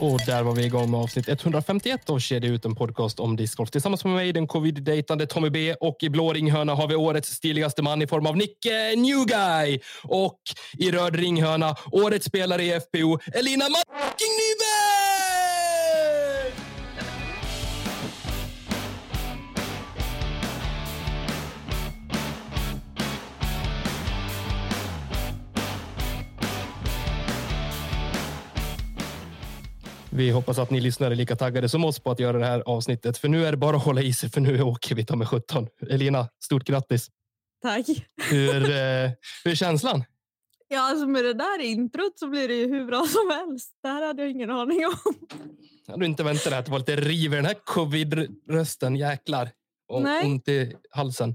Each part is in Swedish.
Och där var vi igång med avsnitt 151 av Kedja ut, en podcast om discgolf. Tillsammans med mig, den covid-datande Tommy B. Och i blå ringhörna har vi årets stiligaste man i form av Nicke New Guy. Och i röd ringhörna, årets spelare i FPO, Elina Marking Nyberg! Vi hoppas att ni lyssnare är lika taggade som oss på att göra det här avsnittet. För nu är det bara att hålla i sig, för nu åker vi ta med 17. Elina, stort grattis. Tack. Hur är känslan? Ja, alltså med det där introt så blir det ju hur bra som helst. Det här hade jag ingen aning om. Jag hade inte väntat att det var lite riv i den här covid-rösten, jäklar. Och ont i halsen.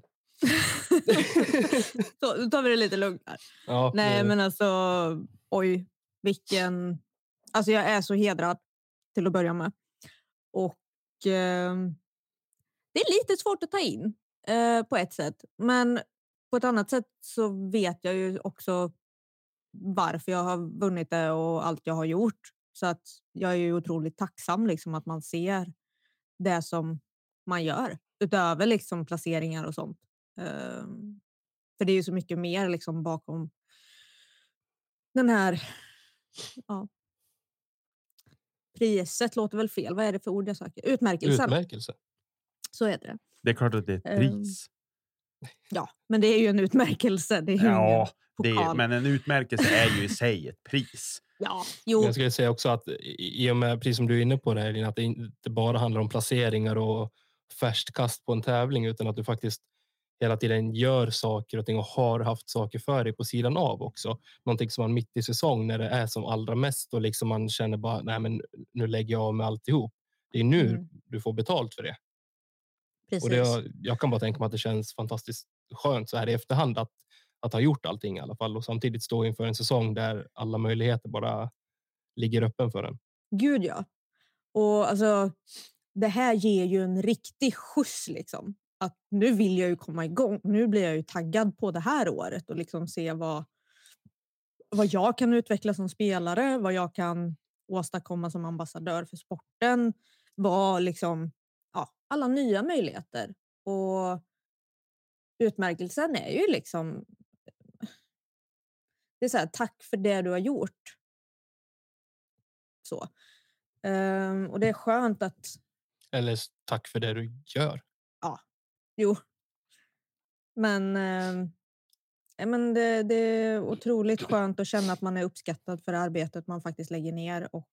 Så, då tar vi det lite lugnt här. Ja, nej, men alltså, oj, vilken... Alltså jag är så hedrad till att börja med. Och det är lite svårt att ta in på ett sätt. Men på ett annat sätt så vet jag ju också varför jag har vunnit det och allt jag har gjort. Så att jag är ju otroligt tacksam liksom att man ser det som man gör. Utöver liksom placeringar och sånt. För det är ju så mycket mer liksom bakom den här... Ja. Priset låter väl fel. Vad är det för ord jag söker? Utmärkelse. Så heter det. Det är klart att det är ett pris. Ja, men det är ju en utmärkelse. Det är ju ingen pokal. Men en utmärkelse är ju i sig ett pris. Ja, jo. Jag skulle säga också att i och med, precis som du är inne på det här, att det inte bara handlar om placeringar och färskt kast på en tävling, utan att du faktiskt hela tiden gör saker och ting och har haft saker för dig på sidan av också. Någonting som man mitt i säsong när det är som allra mest och liksom man känner bara, nej men nu lägger jag av med alltihop. Det är nu du får betalt för det. Precis. Och jag kan bara tänka mig att det känns fantastiskt skönt så här i efterhand att ha gjort allting i alla fall och samtidigt stå inför en säsong där alla möjligheter bara ligger öppen för en. Gud ja. Och alltså det här ger ju en riktig skjuts liksom. Att nu vill jag ju komma igång. Nu blir jag ju taggad på det här året och liksom se vad jag kan utveckla som spelare, vad jag kan åstadkomma som ambassadör för sporten, vad liksom, ja, alla nya möjligheter. Och utmärkelsen är ju liksom, det är så här, tack för det du har gjort. Så. Och det är skönt att... Eller tack för det du gör. Ja, jo. Men det är otroligt skönt att känna att man är uppskattad för arbetet man faktiskt lägger ner. Och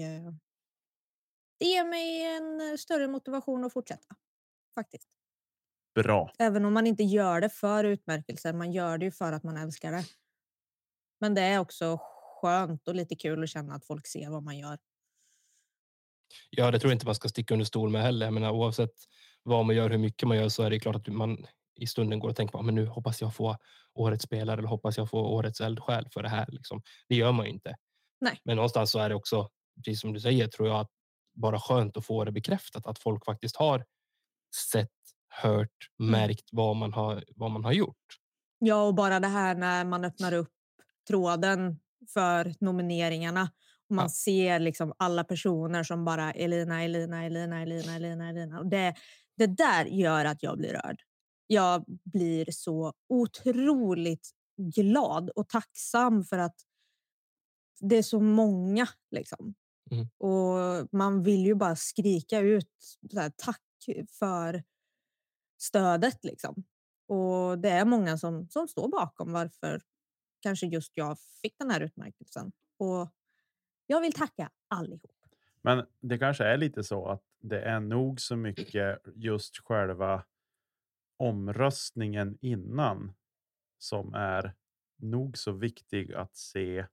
det ger mig en större motivation att fortsätta. Faktiskt. Bra. Även om man inte gör det för utmärkelser. Man gör det ju för att man älskar det. Men det är också skönt och lite kul att känna att folk ser vad man gör. Ja, det tror jag inte man ska sticka under stol med heller. Men oavsett vad man gör, hur mycket man gör, så är det klart att man i stunden går och tänker på, men nu hoppas jag få årets spelare eller hoppas jag få årets eldsjäl för det här. Liksom. Det gör man ju inte. Nej. Men någonstans så är det också, precis som du säger, tror jag att bara skönt att få det bekräftat. Att folk faktiskt har sett, hört, märkt vad man har gjort. Ja, och bara det här när man öppnar upp tråden för nomineringarna. Och man ser liksom alla personer som bara Elina. Och det där gör att jag blir rörd. Jag blir så otroligt glad och tacksam för att det är så många liksom. Och man vill ju bara skrika ut så här, tack för stödet liksom. Och det är många som står bakom varför kanske just jag fick den här utmärkelsen. Och jag vill tacka allihop. Men det kanske är lite så att det är nog så mycket just själva omröstningen innan som är nog så viktig att se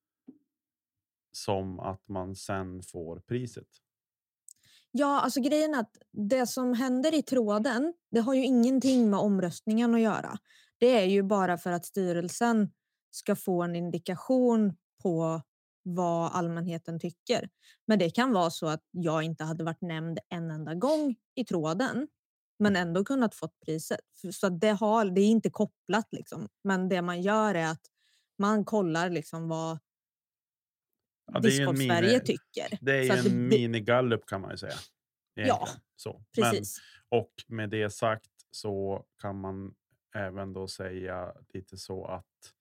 som att man sen får priset. Ja, alltså grejen är att det som händer i tråden, det har ju ingenting med omröstningen att göra. Det är ju bara för att styrelsen ska få en indikation på vad allmänheten tycker. Men det kan vara så att jag inte hade varit nämnd en enda gång i tråden, men ändå kunnat fått priset. Så det är inte kopplat liksom. Men det man gör är att man kollar liksom vad Ja, det är ju en Discord-Sverige tycker. Det är Så ju att en minigallup kan man ju säga. Egentligen. Så. precis. Och med det sagt så kan man även då säga lite så att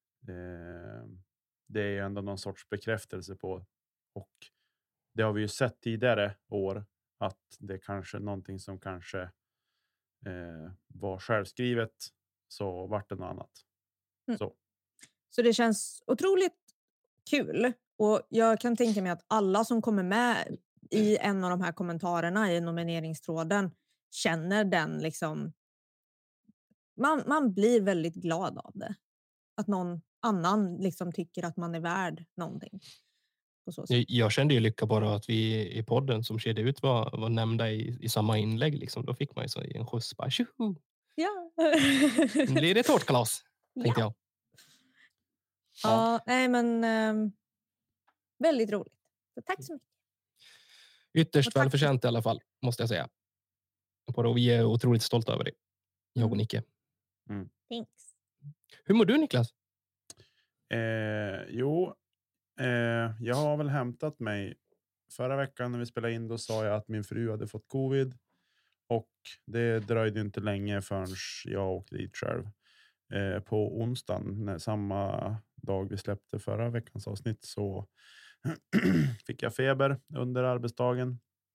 det är ändå någon sorts bekräftelse på, och det har vi ju sett tidigare år, att det kanske är någonting som kanske var självskrivet, så vart det något annat. Mm. Så. Det känns otroligt kul. Och jag kan tänka mig att alla som kommer med i en av de här kommentarerna i nomineringstråden känner den liksom... Man blir väldigt glad av det. Att någon annan liksom tycker att man är värd någonting. På så sätt. Jag kände ju lycka bara att vi i podden som skedde ut var nämnda i samma inlägg. Liksom. Då fick man ju så en skjuts. Bara, tjoho! Ja. Nu blir det tårtkalas, tänkte jag. Ja, nej men väldigt roligt. Så tack så mycket. Ytterst välförtjänt i alla fall, måste jag säga. Och vi är otroligt stolta över det. Jag och Nicke. Thanks. Hur mår du, Niklas? Jag har väl hämtat mig. Förra veckan när vi spelade in, då sa jag att min fru hade fått covid. Och det dröjde inte länge förrän jag åkte dit själv. På onsdagen, samma dag vi släppte förra veckans avsnitt, så fick jag feber under arbetsdagen.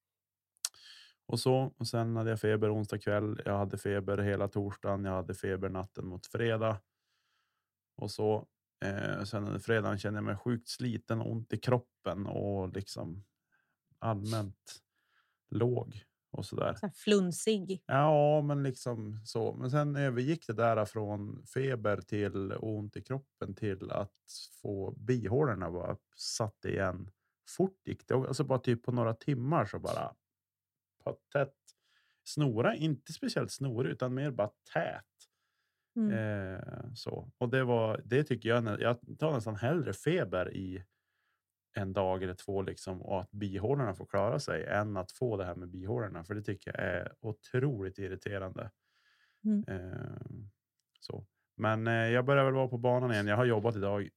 Och sen hade jag feber onsdag kväll. Jag hade feber hela torsdagen. Jag hade feber natten mot fredag. Och så sen under fredagen kände jag mig sjukt sliten och ont i kroppen. Och liksom allmänt låg och sådär. Så här flunsig. Ja, men liksom så. Men sen övergick det där från feber till ont i kroppen till att få bihålorna bara satt igen. Fort gick det. Alltså bara typ på några timmar så bara tätt. Snora, inte speciellt snor utan mer bara tät. Så. Och det tycker jag tar nästan hellre feber i en dag eller två liksom, och att bihålorna får klara sig än att få det här med bihålorna, för det tycker jag är otroligt irriterande. Så. Men jag börjar väl vara på banan igen. Jag har jobbat idag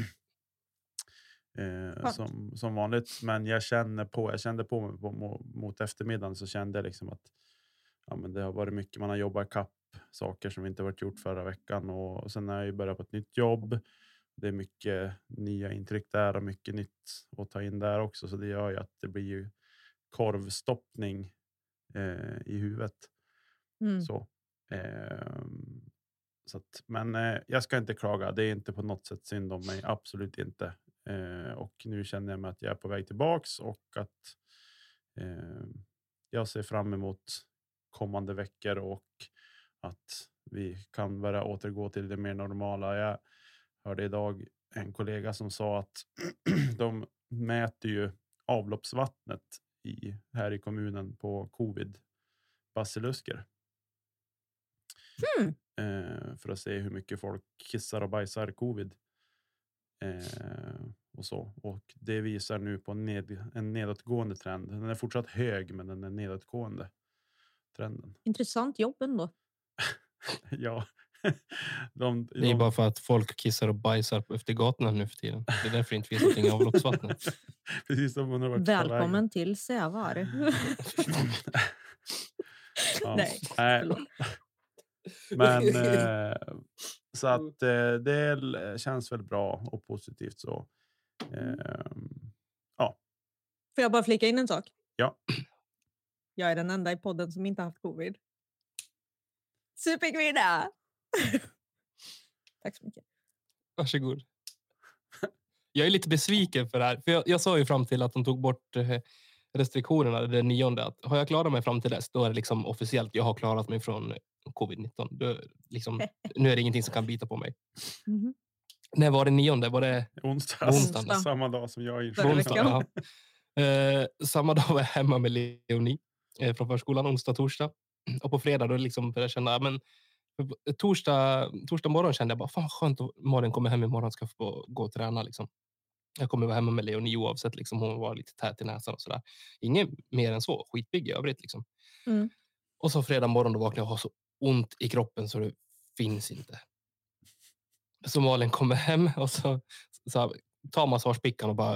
som vanligt, men jag kände på mig mot eftermiddagen, så kände jag liksom att men det har varit mycket, man har jobbat kapp saker som inte varit gjort förra veckan, och sen har jag ju börjat på ett nytt jobb. Det är mycket nya intryck där och mycket nytt att ta in där också, så det gör ju att det blir ju korvstoppning i huvudet. Så att, men jag ska inte klaga, det är inte på något sätt synd om mig, absolut inte. Och nu känner jag mig att jag är på väg tillbaks, och att jag ser fram emot kommande veckor och att vi kan börja återgå till det mer normala. Jag hörde idag en kollega som sa att de mäter ju avloppsvattnet här i kommunen på covid-basilusker. För att se hur mycket folk kissar och bajsar covid. Och så. Och det visar nu på en nedåtgående trend. Den är fortsatt hög, men den är nedåtgående trenden. Intressant jobb ändå. Ja. Det är bara för att folk kissar och bajsar efter gatorna nu för tiden. Det är därför det inte finns någonting i avloppsvattnet. Precis som man har varit. Välkommen till Sävar. Nej, men så att det känns väl bra och positivt så. Ja. Får jag bara flika in en sak? Ja. Jag är den enda i podden som inte haft covid. Superkvinna! Tack så mycket. Varsågod. Jag är lite besviken för det här. För jag sa ju fram till att de tog bort restriktionerna den 9:e. Att har jag klarat mig fram till dess, då är det liksom officiellt. Jag har klarat mig från covid-19. Nu är det ingenting som kan bita på mig. När var det 9:e? Var det onsdag. Samma dag som jag är onsdag. Samma dag var jag hemma med Leonie från förskolan, onsdag, torsdag. Och på fredag då liksom började jag känna, men torsdag morgon kände jag bara, fan skönt att Malin kommer hem imorgon, ska få gå och träna liksom. Jag kommer vara hemma med Leonie oavsett liksom, hon var lite tät i näsan och sådär. Ingen mer än så, skitbygg i övrigt liksom. Och så fredag morgon då vaknade jag och har så ont i kroppen så det finns inte. Så Malin kommer hem och så tar massagepickan och bara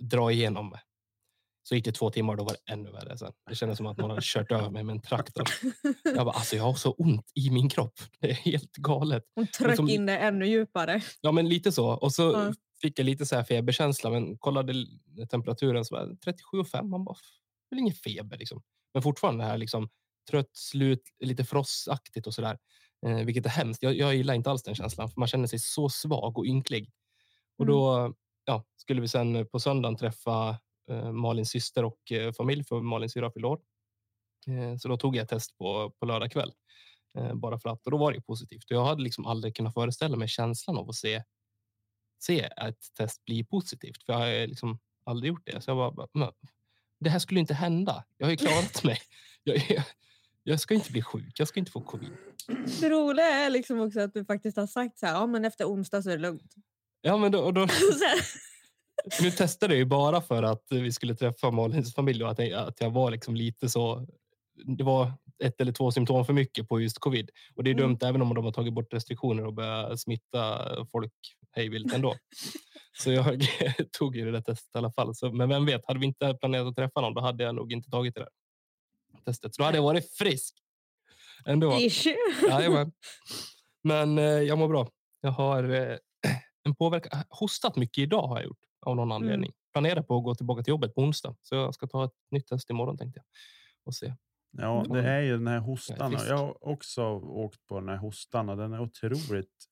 dra igenom mig. Så gick det 2 timmar och då var det ännu värre sen. Det kändes som att någon hade kört över mig med en traktor. Jag bara, alltså jag har så ont i min kropp. Det är helt galet. Hon tryckte in det ännu djupare. Ja, men lite så. Och så fick jag lite så här feberkänsla, men kollade temperaturen så var 37,5. Man bara, det är ingen feber liksom. Men fortfarande det här liksom trött, slut, lite frostaktigt och sådär. Vilket är hemskt. Jag gillar inte alls den känslan, för man känner sig så svag och ynklig. Och då skulle vi sen på söndagen träffa Malins syster och familj, för Malins syra fyllde år. Så då tog jag ett test på lördag kväll. Bara för att, och då var det positivt. Och jag hade liksom aldrig kunnat föreställa mig känslan av att se ett test bli positivt. För jag har liksom aldrig gjort det. Så jag bara, det här skulle inte hända. Jag har ju klarat mig. Jag ska inte bli sjuk. Jag ska inte få covid. Det roliga är liksom också att du faktiskt har sagt så här, ja men efter onsdag så är det lugnt. Ja, men då nu testade jag ju bara för att vi skulle träffa Malins familj och att jag var liksom lite så. Det var 1 eller 2 symptom för mycket på just covid. Och det är dumt även om de har tagit bort restriktioner och börjat smitta folk hejvilt ändå. Så jag tog ju det där testet i alla fall. Men vem vet, hade vi inte planerat att träffa någon, då hade jag nog inte tagit det där testet. Så då hade jag varit frisk ändå. Jajamän. Men jag mår bra. Jag har en påverkan. Hostat mycket idag har jag gjort av någon anledning. Planerar på att gå tillbaka till jobbet på onsdag. Så jag ska ta ett nytt test imorgon tänkte jag. Och se. Ja, det är ju den här hostan. Jag har också åkt på den här hostan och den är otroligt...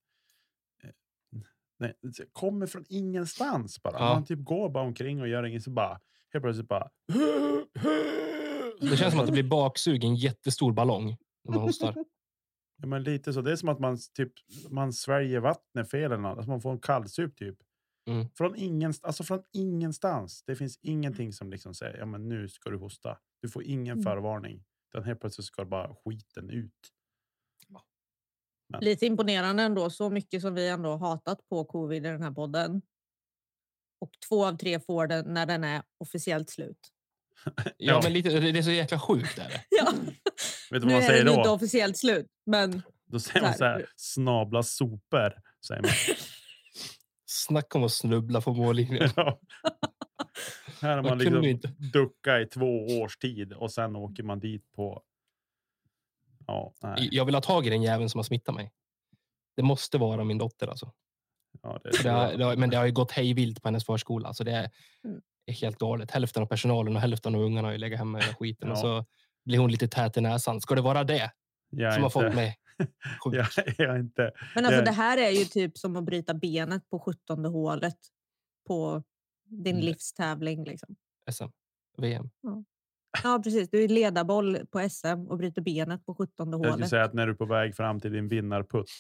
det kommer från ingenstans bara. Man typ går bara omkring och gör inget så bara... Helt plötsligt bara... Det känns som att det blir baksug i en jättestor ballong när man hostar. Ja, men lite så. Det är som att man sväljer vattnet fel eller något. Alltså man får en kallsup typ. Från ingenstans. Det finns ingenting som liksom säger, ja men nu ska du hosta. Du får ingen förvarning. Den helt plötsligt ska bara skiten ut. Men. Lite imponerande ändå. Så mycket som vi ändå hatat på covid i den här podden. Och 2 av 3 får den när den är officiellt slut. Ja, men lite, det är så jäkla sjukt där. Ja. Vet du vad man säger då? Nu är det inte officiellt slut, men... Då säger man så här, snabla sopor, säger man. Snacka om att snubbla på mållinjen. Ja. Här har man liksom ducka i 2 års tid och sen åker man dit på... Ja, nej. Jag vill ha tag i den jäveln som har smittat mig. Det måste vara min dotter alltså. Ja, men det har ju gått hejvilt på hennes förskola. Alltså det är helt galet. Hälften av personalen och hälften av ungarna har ju legat hemma med skiten. Ja. Och så blir hon lite tät i näsan. Ska det vara det som har fått mig sjuk? Jag inte. Men alltså det här är ju typ som att bryta benet på 17:e hålet på din livstävling liksom. SM, VM. Ja, precis. Du är ledarboll på SM och bryter benet på 17:e hålet. Jag skulle säga att när du är på väg fram till din vinnarputt.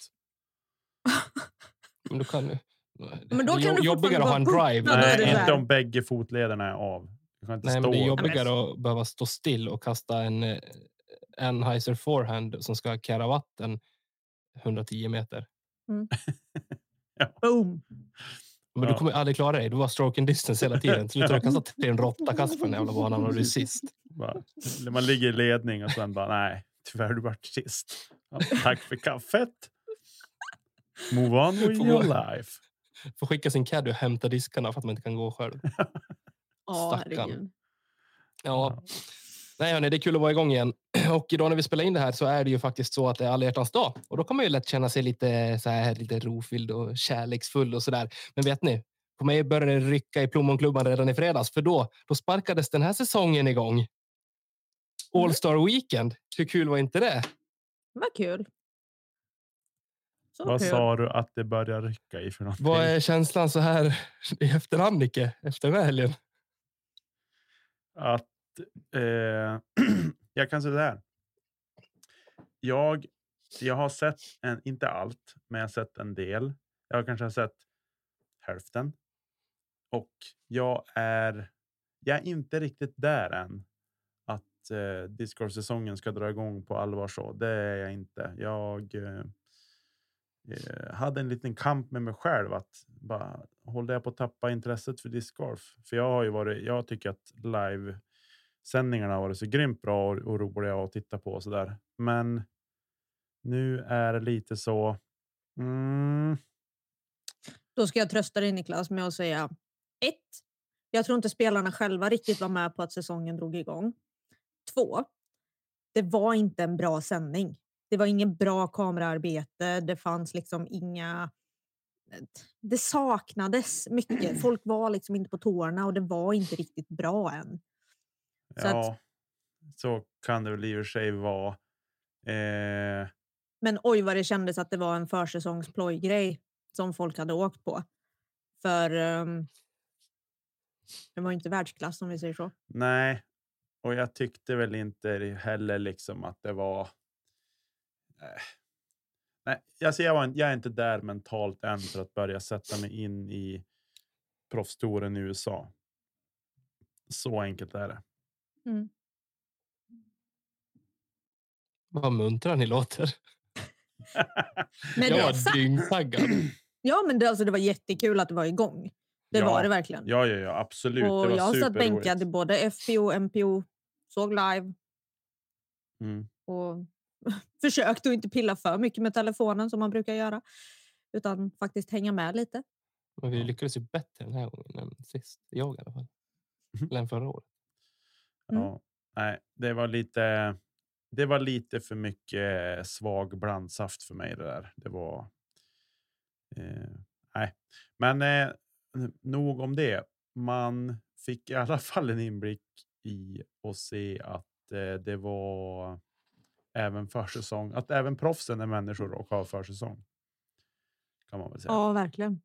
Men då kan du... Men då kan du jobbigare att ha en drive. Nej, inte om bägge fotlederna är av. Nej, men det är jobbigare att behöva stå still och kasta en Anheuser forehand som ska carra vatten 110 meter. Ja. Boom! Men du kommer aldrig klara dig. Du var stroke and distance hela tiden. Slutar du kasta till en råttakast på den jävla banan och du är sist. Man ligger i ledning och sen bara, nej, tyvärr du vart sist. Ja, tack för kaffet. Move on with your life. Får skicka sin caddy och hämta diskarna för att man inte kan gå själv. Stackarn. Ja. Nej hörni, det är kul att vara igång igen. Och idag när vi spelar in det här så är det ju faktiskt så att det är alla hjärtans dag. Och då kan man ju lätt känna sig lite så här, lite rofylld och kärleksfull och sådär. Men vet ni, på mig började det rycka i plommonklubban redan i fredags. För då sparkades den här säsongen igång. All Star Weekend. Hur kul var inte det? Vad kul. Vad sa du att det börjar rycka i för någonting? Vad är känslan så här i efterhand, Nicke? Efter den här helgen? Att jag kan säga det här. Jag har sett inte allt, men jag har sett en del. Jag kanske har sett hälften. Och jag är inte riktigt där än. Att Discord-säsongen ska dra igång på allvar så. Det är jag inte. Jag hade en liten kamp med mig själv att bara håller jag på att tappa intresset för discgolf. För jag tycker att live-sändningarna har varit så grymt bra och roliga att titta på och sådär. Men nu är det lite så... Då ska jag trösta dig Niklas med att säga 1. Jag tror inte spelarna själva riktigt var med på att säsongen drog igång. 2. Det var inte en bra sändning. Det var ingen bra kameraarbete. Det fanns liksom inga... Det saknades mycket. Folk var liksom inte på tårna och det var inte riktigt bra än. Så Ja, så kan det väl i och för sig vara. Men oj vad det kändes att det var en försäsongsplojgrej som folk hade åkt på. För det var inte världsklass om vi säger så. Nej, och jag tyckte väl inte heller liksom att det var... Nej, alltså jag är inte där mentalt än för att börja sätta mig in i proffstouren i USA. Så enkelt är det. Mm. Vad muntra ni låter. Men Jag det var dyngtaggad. Ja, men det var jättekul att det var igång. Det var det verkligen. Ja, absolut. Och det var jag satt superroligt. bänkad i både FPO och MPO, såg live Mm. och försökte att inte pilla för mycket med telefonen som man brukar göra. Utan faktiskt hänga med lite. Men vi lyckades ju bättre den här gången än sist. Jag i alla fall. Eller än förra året. Ja, nej, det var lite för mycket svag blandsaft för mig det där. Det var nej. Men nog om det. Man fick i alla fall en inblick i och se att det var även försäsong, att även proffsen är människor och har försäsong. Kan man väl säga. Ja, verkligen.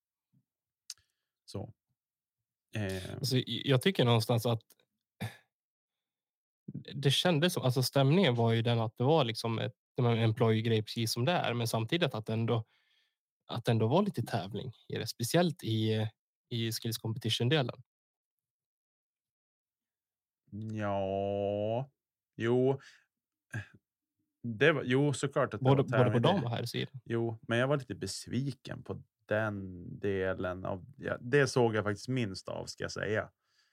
Så. Alltså, jag tycker någonstans att det kändes som, alltså stämningen var ju den att det var liksom en plojgrej precis som det är, men samtidigt att det ändå var lite tävling i det, speciellt i skills competition-delen. Ja, jo. Såklart att det Både var på dam och här sidan. Jo, men jag var lite besviken på den delen av... Ja, det såg jag faktiskt minst av, ska jag säga.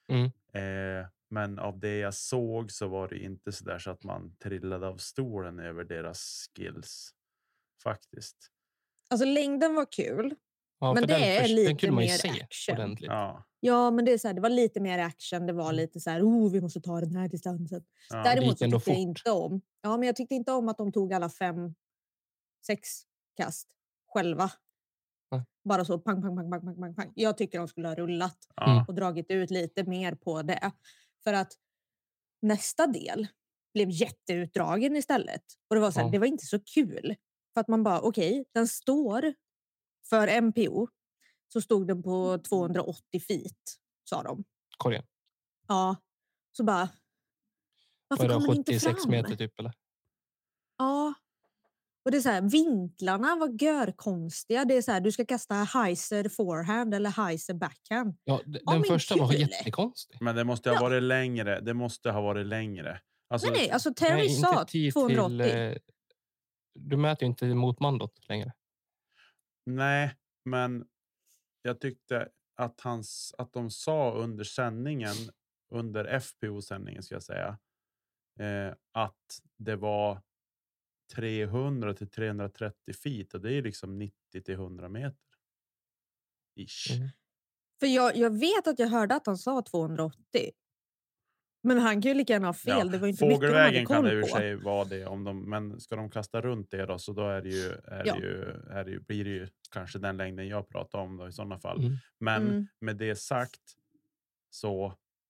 Men av det jag såg så var det inte så där så att man trillade av stolen över deras skills. Faktiskt. Alltså längden var kul. Ja, men det är lite man ju mer se action. Ordentligt. Ja, men det är så här, det var lite mer action. Det var lite så här, vi måste ta den här distansen. Ja, Däremot så ändå tyckte jag fort. inte om. Ja, men jag tyckte inte om att de tog alla 5-6 kast själva. Bara så pang, pang, pang, pang, pang, pang, pang. Jag tycker de skulle ha rullat och dragit ut lite mer på det. För att nästa del blev jätteutdragen istället. Och det var så här, det var inte så kul. För att man bara, okej, den står för MPO så stod den på 280 feet, sa de. Korgen. Ja, så bara... Varför kommer den inte 76 fram? meter typ, eller? Ja. Och det är så här, vinklarna var görkonstiga. Det är så här, du ska kasta heiser forehand eller heiser backhand. Ja, den första var jättekonstig. Men det måste ha varit längre. Det måste ha varit längre. Alltså, nej, alltså Terry sa 280. Du mäter ju inte mot mandot längre. Nej, men jag tyckte att de sa under sändningen, under FPO-sändningen ska jag säga, att det var 300 till 330 feet och det är liksom 90 till 100 meter. Ish. För jag vet att jag hörde att han sa 280. Men han kan ju lika gärna ha fel. Ja, det var inte fågelvägen mycket de hade koll på. Kan det ju sig vara det men ska de kasta runt det då så då blir det ju kanske den längden jag pratar om då i sådana fall. Men med det sagt så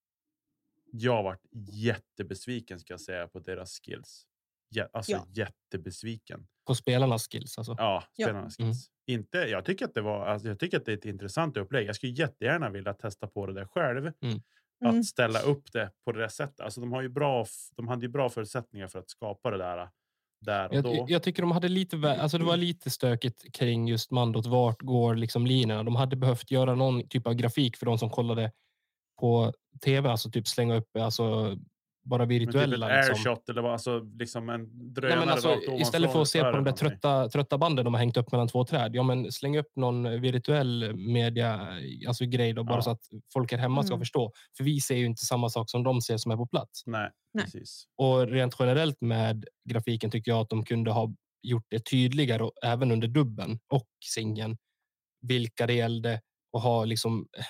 jag varit jättebesviken ska jag säga på deras skills. Jättebesviken. På spelarnas skills alltså? Ja, spelarnas skills. Inte, jag tycker att det är ett intressant upplägg. Jag skulle jättegärna vilja testa på det där själv. Att ställa upp det på det sättet. Alltså de hade ju bra förutsättningar för att skapa det där och då. Jag tycker de hade det var lite stökigt kring just mandot. Vart går liksom linjerna? De hade behövt göra någon typ av grafik för de som kollade på tv. Alltså typ slänga upp bara virtuella. Typ ett airshot eller liksom en drönare. Istället för att se på de där trötta banden de har hängt upp mellan två träd. Ja, men släng upp någon virtuell media, alltså grej då, bara så att folk här hemma ska förstå. För vi ser ju inte samma sak som de ser som är på plats. Nej, precis. Och rent generellt med grafiken tycker jag att de kunde ha gjort det tydligare och även under dubben och singeln vilka det gällde och ha liksom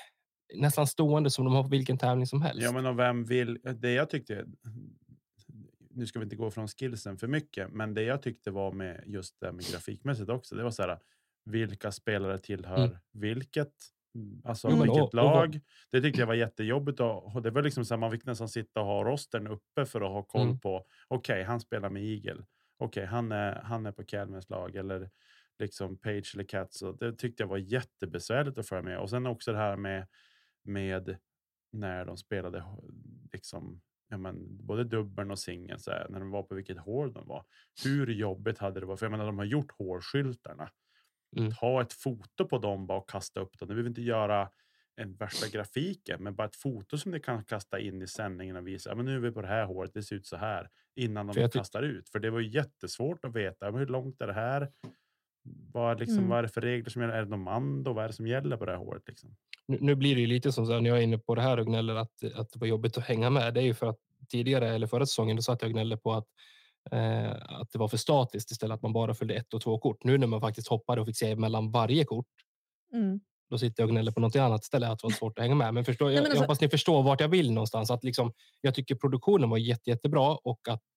nästan stående som de har på vilken tävling som helst. Ja, men och vem vill... Det jag tyckte... Nu ska vi inte gå från skillsen för mycket, men det jag tyckte var med just det med grafikmässigt också, det var så här, vilka spelare tillhör vilket, alltså vilket lag. Det tyckte jag var jättejobbigt, och det var liksom så här, man fick nästan sitta och ha rostern uppe för att ha koll på, okej, han spelar med Eagle, okej, han är på Calmens lag, eller liksom Page eller Cat, så det tyckte jag var jättebesvärligt att föra med. Och sen också det här med när de spelade liksom, ja, men både dubbeln och singeln, så här, när de var på vilket hål de var. Hur jobbigt hade det varit? För jag menar, de har gjort hålskyltarna. Ta ett foto på dem bara och kasta upp dem. Du behöver inte göra en värsta grafiken, men bara ett foto som ni kan kasta in i sändningen och visa. Ja, men nu är vi på det här hålet, det ser ut så här, innan de kastar ut. För det var ju jättesvårt att veta, hur långt är det här? Vad är det för regler som gäller? Är det någon mando? Vad är det som gäller på det här hålet liksom? Nu blir det ju lite som så här, när jag är inne på det här och gnäller att det var jobbigt att hänga med. Det är ju för att tidigare, eller förra säsongen, då satt jag och gnällde på att det var för statiskt istället, att man bara följde 1 och 2 kort. Nu när man faktiskt hoppade och fick se mellan varje kort, då sitter jag och gnäller på något annat ställe att det var svårt att hänga med. Men jag hoppas ni förstår vart jag vill någonstans. Att liksom, jag tycker produktionen var jättebra, och att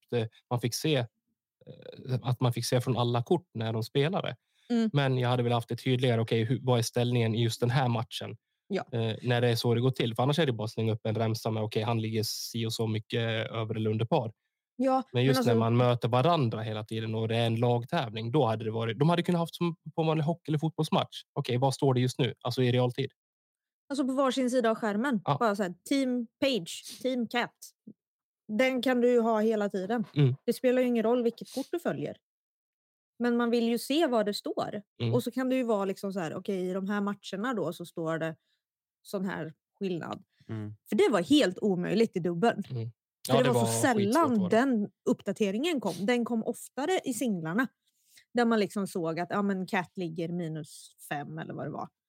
man fick se från alla kort när de spelade. Men jag hade väl haft det tydligare, okej, vad är ställningen i just den här matchen? Ja. När det är så det går till. För annars är det bara att slänga upp en remsa med, okej, han ligger si och så mycket över eller under par. Ja, men just när man möter varandra hela tiden och det är en lagtävling, då hade det varit... De hade kunnat haft som på en vanlig hockey- eller fotbollsmatch. Okej, vad står det just nu? Alltså i realtid. Alltså på varsin sida av skärmen. Ja. Bara så här, Team Page, Team Cat. Den kan du ju ha hela tiden. Det spelar ju ingen roll vilket kort du följer. Men man vill ju se vad det står. Och så kan det ju vara liksom så här, okej, i de här matcherna då så står det sån här skillnad. För det var helt omöjligt i dubbeln. Ja, för det var så sällan skitsvårt. Den uppdateringen kom. Den kom oftare i singlarna. Där man liksom såg att ja, men Cat ligger -5 eller vad det var.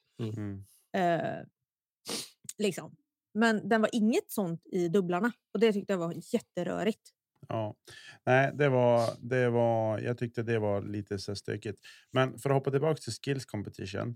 Liksom. Men den var inget sånt i dubblarna. Och det tyckte jag var jätterörigt. Ja, nej, det var, jag tyckte det var lite så stökigt. Men för att hoppa tillbaka till skills competition,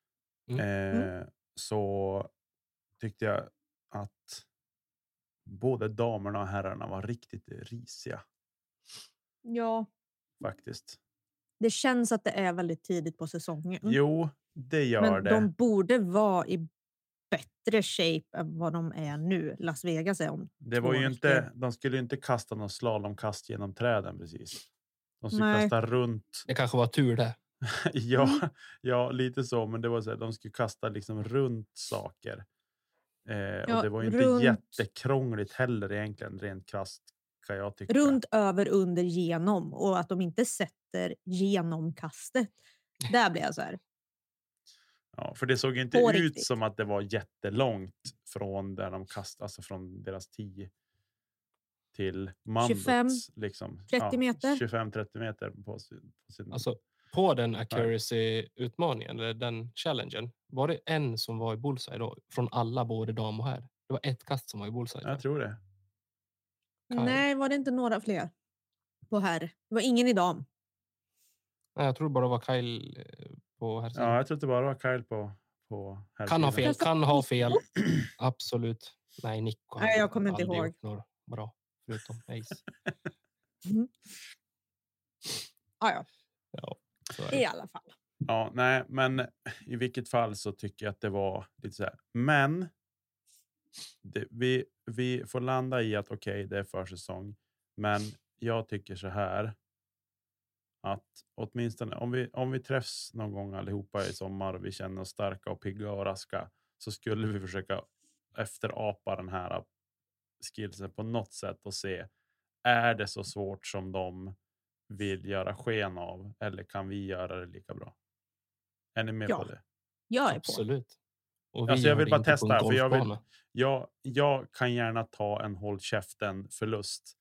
så tyckte jag att både damerna och herrarna var riktigt risiga. Ja. Faktiskt. Det känns att det är väldigt tidigt på säsongen. Jo, det gör men det. De borde vara i bättre shape än vad de är nu. Las Vegas är om det var ju inte, de skulle ju inte kasta någon slalomkast genom träden precis. De skulle kasta runt. Det kanske var tur det. ja, lite så, men det var så här, de skulle kasta liksom runt saker. Och det var ju inte jättekrångligt heller egentligen, rent krasst kan jag tycka. Runt, över, under, genom, och att de inte sätter genomkastet. Där blir jag så här. Ja, för det såg inte ut riktigt som att det var jättelångt från där de kastade, alltså från deras 10 till mandot. 25, liksom. 30 meter. 25-30 meter på sin... Alltså, på den accuracy-utmaningen, eller den challengen, var det en som var i bullseye då? Från alla, både dam och herr. Det var ett kast som var i bullseye. Jag tror det. Nej, var det inte några fler på herr? Det var ingen i dam. Nej, jag tror bara det var Kyle på herr. Ja, jag tror det bara var Kyle på herr. Kan ha fel. Absolut. Nej, Nico. Nej, jag kommer inte ihåg. Bra, förutom Ace. Ja. I alla fall. Ja, nej, men i vilket fall så tycker jag att det var lite så här. Men vi får landa i att okej, det är försäsong. Men jag tycker så här, att åtminstone om vi träffs någon gång allihopa i sommar och vi känner oss starka och pigga och raska, så skulle vi försöka efterapa den här skillsen på något sätt och se, är det så svårt som de vill göra sken av, eller kan vi göra det lika bra? Är ni med på det? Jag är absolut. Och alltså jag vill bara testa, för jag kan gärna ta en håll käften förlust.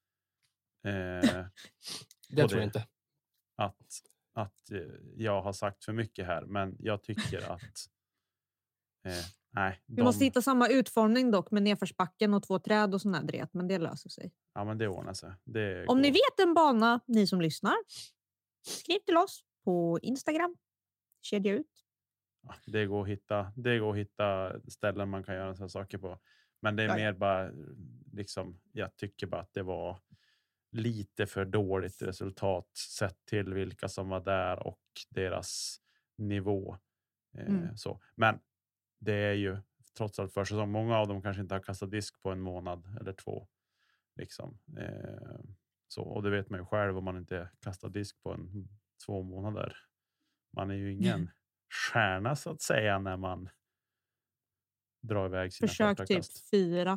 Det tror jag inte. Att jag har sagt för mycket här, men jag tycker att nej. Vi måste hitta samma utformning dock, med nedförsbacken och 2 träd och sån här dret, men det löser sig. Ja, men det ordnar sig. Om ni vet en bana, ni som lyssnar, skriv till oss på Instagram. Kedja ut. det går att hitta ställen man kan göra sådana saker på. Men det är mer bara liksom, jag tycker bara att det var lite för dåligt resultat sett till vilka som var där och deras nivå. Så. Men det är ju trots allt försäsong. Många av dem kanske inte har kastat disk på en månad eller 2. Liksom. Så, och det vet man ju själv om man inte kastar disk på 2 månader. Man är ju ingen stjärna så att säga när man drar iväg sina Försök första typ kast. 4.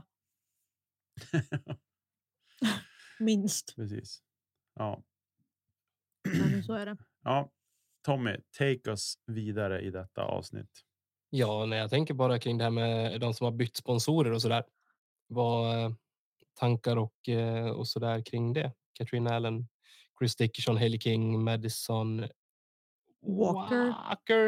Minst. Precis. Ja. Ja, men så är det. Ja. Tommy, take us vidare i detta avsnitt. Ja, när jag tänker bara kring det här med de som har bytt sponsorer och så där. Vad tankar och så där kring det? Katrin Allen, Chris Dickerson, Hailey King, Madison Walker.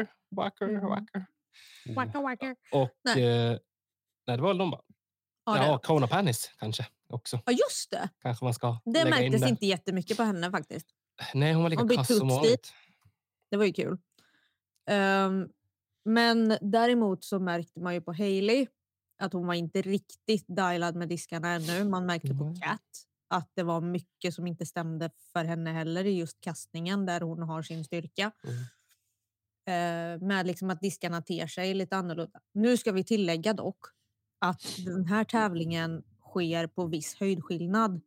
Och nej, det var väl de bara. Ja, Kona Panis kanske också. Ja, just det. Kanske man ska det lägga märktes in inte jättemycket på henne faktiskt. Nej, hon var lika kass som vanligt. Det var ju kul. Men däremot så märkte man ju på Hailey att hon var inte riktigt dialad med diskarna ännu. Man märkte på Kat att det var mycket som inte stämde för henne heller i just kastningen där hon har sin styrka. Med liksom att diskarna ter sig lite annorlunda. Nu ska vi tillägga dock att den här tävlingen sker på viss höjdskillnad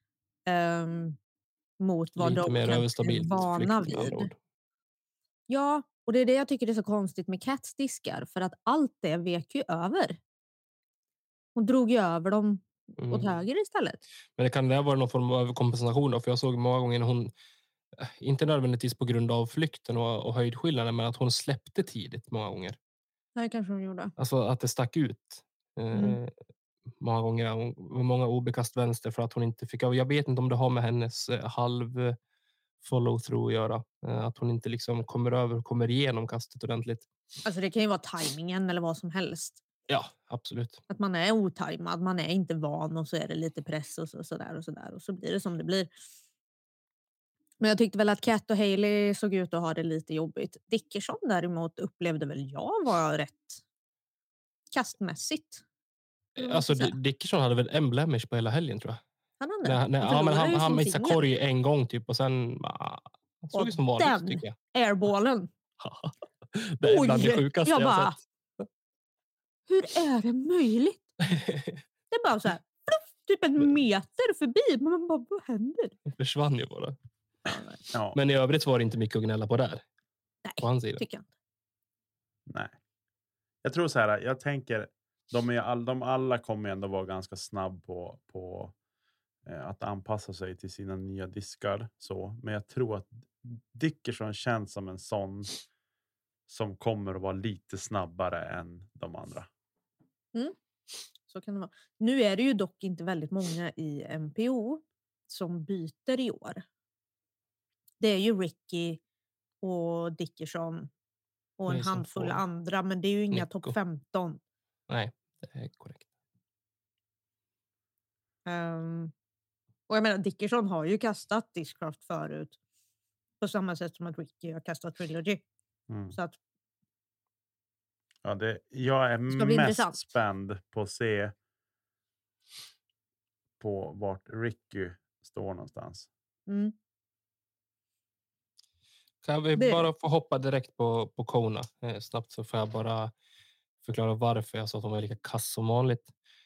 mot vad lite de mer är vana vid. Ja, och det är det jag tycker är så konstigt med Kats diskar. För att allt det vek ju över. Hon drog ju över dem åt höger istället. Men det kan det vara någon form av kompensation då? För jag såg många gånger när hon, inte nödvändigtvis på grund av flykten och höjdskillnaden, men att hon släppte tidigt många gånger. Det kanske hon gjorde. Alltså att det stack ut. Många gånger. Många obekast vänster för att hon inte fick. Jag vet inte om det har med hennes halv follow through att göra. Att hon inte liksom kommer igenom kastet ordentligt. Alltså det kan ju vara tajmingen eller vad som helst. Ja, absolut. Att man är otajmad, man är inte van och så är det lite press och sådär och så blir det som det blir. Men jag tyckte väl att Kat och Hailey såg ut att ha det lite jobbigt. Dickerson däremot upplevde väl jag var rätt kastmässigt. Alltså Dickerson hade väl en blemish på hela helgen tror jag. Han missade korg en gång typ och sen såg det som vanligt tycker jag. Airballen. Det är bland det sjukaste jag bara, sett. Hur är det möjligt? Det är bara så här, typ en meter förbi. Men man bara, vad händer? Det försvann ju bara. Ja. Men i övrigt var det inte mycket att gnälla på där. Nej, på hans sida. tycker jag inte. Nej. Jag tror så här, jag tänker de alla kommer ändå vara ganska snabb på att anpassa sig till sina nya diskar så, men jag tror att Dickerson känns som en sån som kommer att vara lite snabbare än de andra. Så kan det vara. Nu är det ju dock inte väldigt många i MPO som byter i år. Det är ju Ricky och Dickerson och en handfull andra, men det är ju inga topp 15. Nej, det är korrekt. Och jag menar, Dickerson har ju kastat Discraft förut. På samma sätt som att Ricky har kastat Trilogy. Så att jag är mest intressant. spänd på att se på vart Ricky står någonstans. Kan vi bara få hoppa direkt på Kona snabbt så får jag bara förklara varför jag sa att de var lika kass som vanligt.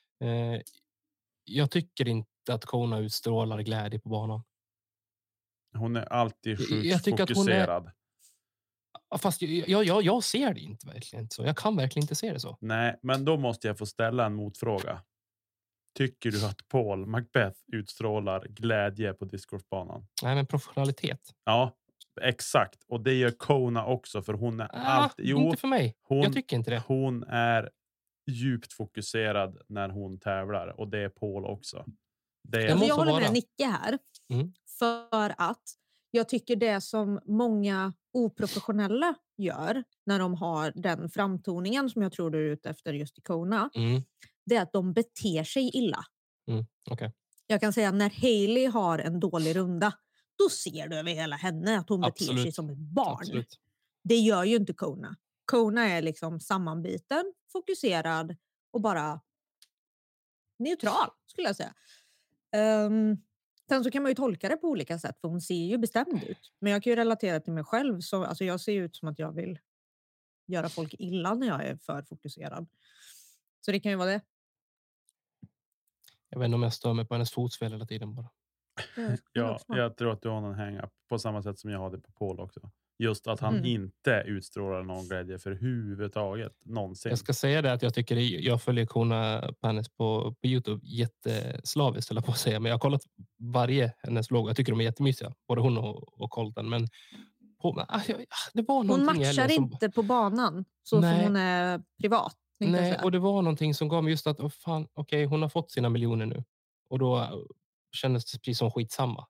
Jag tycker inte att Kona utstrålar glädje på banan. Hon är alltid sjukt fokuserad. Fast jag ser det inte verkligen så. Jag kan verkligen inte se det så. Nej, men då måste jag få ställa en motfråga. Tycker du att Paul Macbeth utstrålar glädje på discgolfbanan? Nej, men professionalitet. Ja, exakt. Och det gör Kona också, för hon är alltid... Jo, inte för mig. Jag tycker inte det. Hon är djupt fokuserad när hon tävlar. Och det är Paul också. Jag håller med Nicke här. För att jag tycker det som många oprofessionella gör när de har den framtoningen som jag tror du är ute efter just i Kona. Det är att de beter sig illa. Okay. Jag kan säga när Hailey har en dålig runda, då ser du över hela henne att hon beter sig som ett barn. Absolut. Det gör ju inte Kona. Kona är liksom sammanbiten, fokuserad och bara neutral skulle jag säga. Sen så kan man ju tolka det på olika sätt för hon ser ju bestämd ut. Men jag kan ju relatera till mig själv. Så, alltså jag ser ut som att jag vill göra folk illa när jag är för fokuserad. Så det kan ju vara det. Jag vet inte om jag stör mig på hennes fotspel hela tiden bara. Ja, jag tror att du har någon hang-up på samma sätt som jag hade på Paul också. Just att han inte utstrålar någon glädje för huvudtaget någonsin. Jag ska säga det att jag tycker jag följer Kona Panis på YouTube jätteslaviskt eller på att säga, men jag har kollat varje hennes vlogg. Jag tycker de är jättemysiga, både hon och Colton, men det var Hon någonting matchar inte på banan så som hon är privat. Nej, och det var någonting som gav mig just att okej, hon har fått sina miljoner nu och då kändes det precis som skitsamma.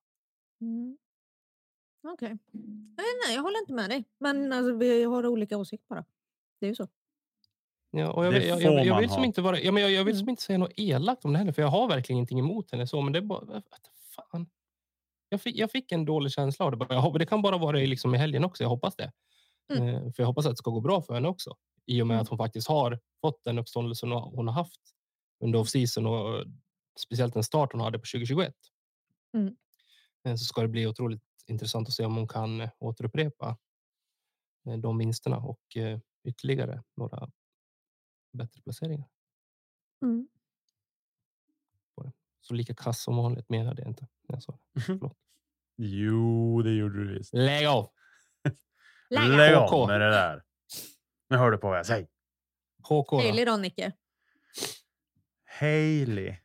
Okej. Nej, jag håller inte med dig. Men alltså, vi har olika åsikter bara. Det är ju så. Ja, och jag vill som inte vara, jag vill som inte säga något elakt om det heller, för jag har verkligen ingenting emot henne så, men det är bara fan. Jag fick en dålig känsla av det bara. Det kan bara vara liksom i helgen också, jag hoppas det. För jag hoppas att det ska gå bra för henne också. I och med att hon faktiskt har fått den uppståndelsen hon har haft under off-season och speciellt den start hon hade på 2021. Så ska det bli otroligt intressant att se om hon kan återupprepa de vinsterna och ytterligare några bättre placeringar. Så lika kass som vanligt menade jag inte. Jag sa det. Förlåt. Jo, det gjorde du visst. Lägg av! Lägg av med det där. Nu hör du på vad jag säger. HK då? Hailey då, Nicke? Hailey.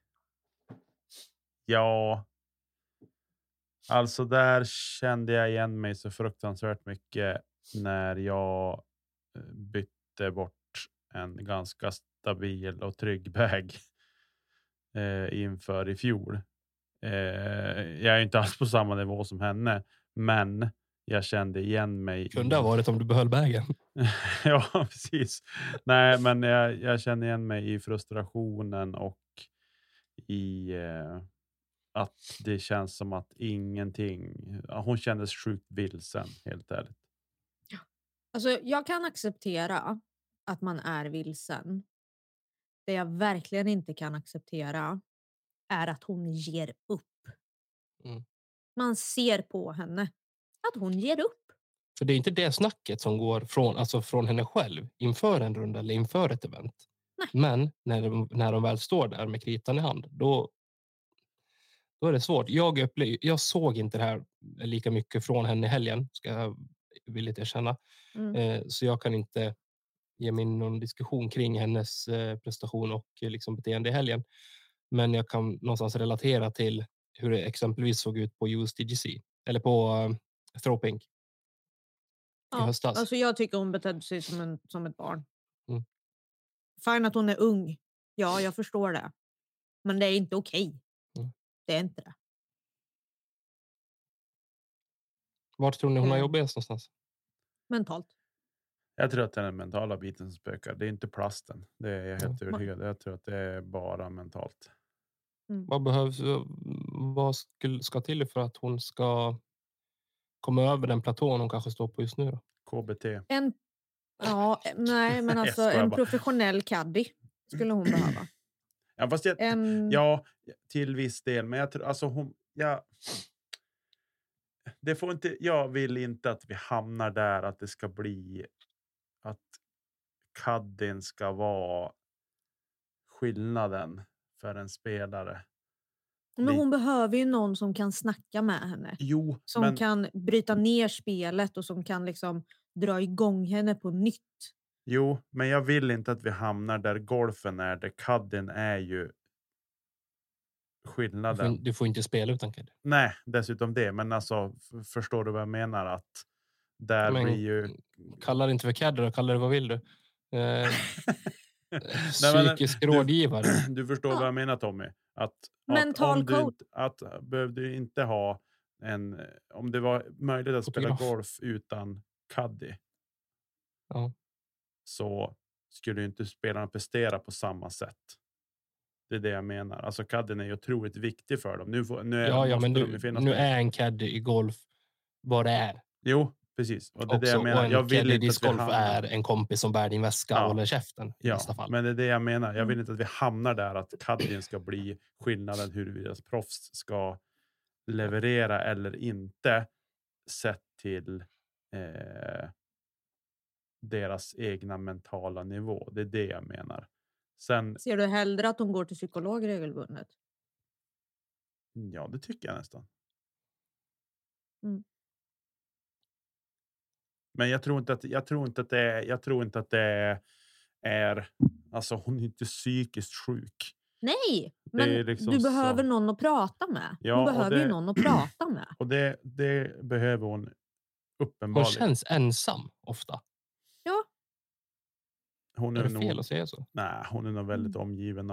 Ja. Alltså där kände jag igen mig så fruktansvärt mycket när jag bytte bort en ganska stabil och trygg bag inför i fjol. Jag är inte alls på samma nivå som henne, men jag kände igen mig. Kunde ha varit om du behöll vägen. Ja, precis. Nej, men jag känner igen mig i frustrationen och i att det känns som att ingenting. Hon kändes sjukt vilsen, helt ärligt. Alltså, jag kan acceptera att man är vilsen. Det jag verkligen inte kan acceptera är att hon ger upp. Man ser på henne att hon ger upp. För det är inte det snacket som går från henne själv inför en runda eller inför ett event. Nej. Men när de väl står där med kritan i hand, då är det svårt. Jag såg inte det här lika mycket från henne i helgen, ska jag villigt erkänna. Så jag kan inte ge mig någon diskussion kring hennes prestation och liksom beteende i helgen. Men jag kan någonstans relatera till hur det exempelvis såg ut på USDGC eller på Throwpink i höstas. Alltså jag tycker hon betedde sig som ett barn. Fine att hon är ung. Ja, jag förstår det. Men det är inte okej. Det är inte det. Vart tror ni hon har jobbigast någonstans? Mentalt. Jag tror att det är den mentala biten som spökar. Det är inte plasten. Det är jag helt övertygad. Jag tror att det är bara mentalt. Vad behövs? Vad ska till för att hon ska komma över den platån hon kanske står på just nu då? KBT. Nej, men alltså en professionell caddy skulle hon behöva. Ja, fast ja, till viss del. Men jag tror alltså det får inte. Jag vill inte att vi hamnar där att det ska bli att caddien ska vara skillnaden för en spelare. Men hon behöver ju någon som kan snacka med henne. Som kan bryta ner spelet och som kan liksom dra igång henne på nytt. Jo, men jag vill inte att vi hamnar där golfen är. Där caddien är ju skillnaden. Du får inte spela utan caddy. Nej, dessutom det. Men alltså, förstår du vad jag menar? Att där blir ju... Kallar det inte för caddy då, kallar det vad vill du? Psykisk rådgivare. Du förstår vad jag menar, Tommy. Mental coach. Att behövde du inte ha om det var möjligt att spela golf utan caddy. Ja. Så skulle ju inte spelarna prestera på samma sätt. Det är det jag menar. Alltså caddien är ju otroligt viktig för dem. Nu är en caddy i golf vad det är. Jo, precis. Och det är det Också, jag menar. och Jag en vill caddy inte att vi discgolf hamnar... är en kompis som bär din väska och håller käften i Ja, vissa fall. men det är det jag menar. Jag vill inte att vi hamnar där att caddien ska bli skillnaden huruvida proffs ska leverera eller inte sett till deras egna mentala nivå. Det är det jag menar. Sen, Ser du hellre att hon går till psykolog regelbundet? ja, det tycker jag nästan. Mm. Men jag tror inte att det är alltså hon är inte psykiskt sjuk. Nej, Det men är liksom du behöver så. någon att prata med. Ja, Hon och behöver ju det- någon att prata med. Och det behöver hon Hon uppenbarligen. känns ensam ofta. Ja, Hon Är är det nog, fel att säga så? nej, hon är nog väldigt omgiven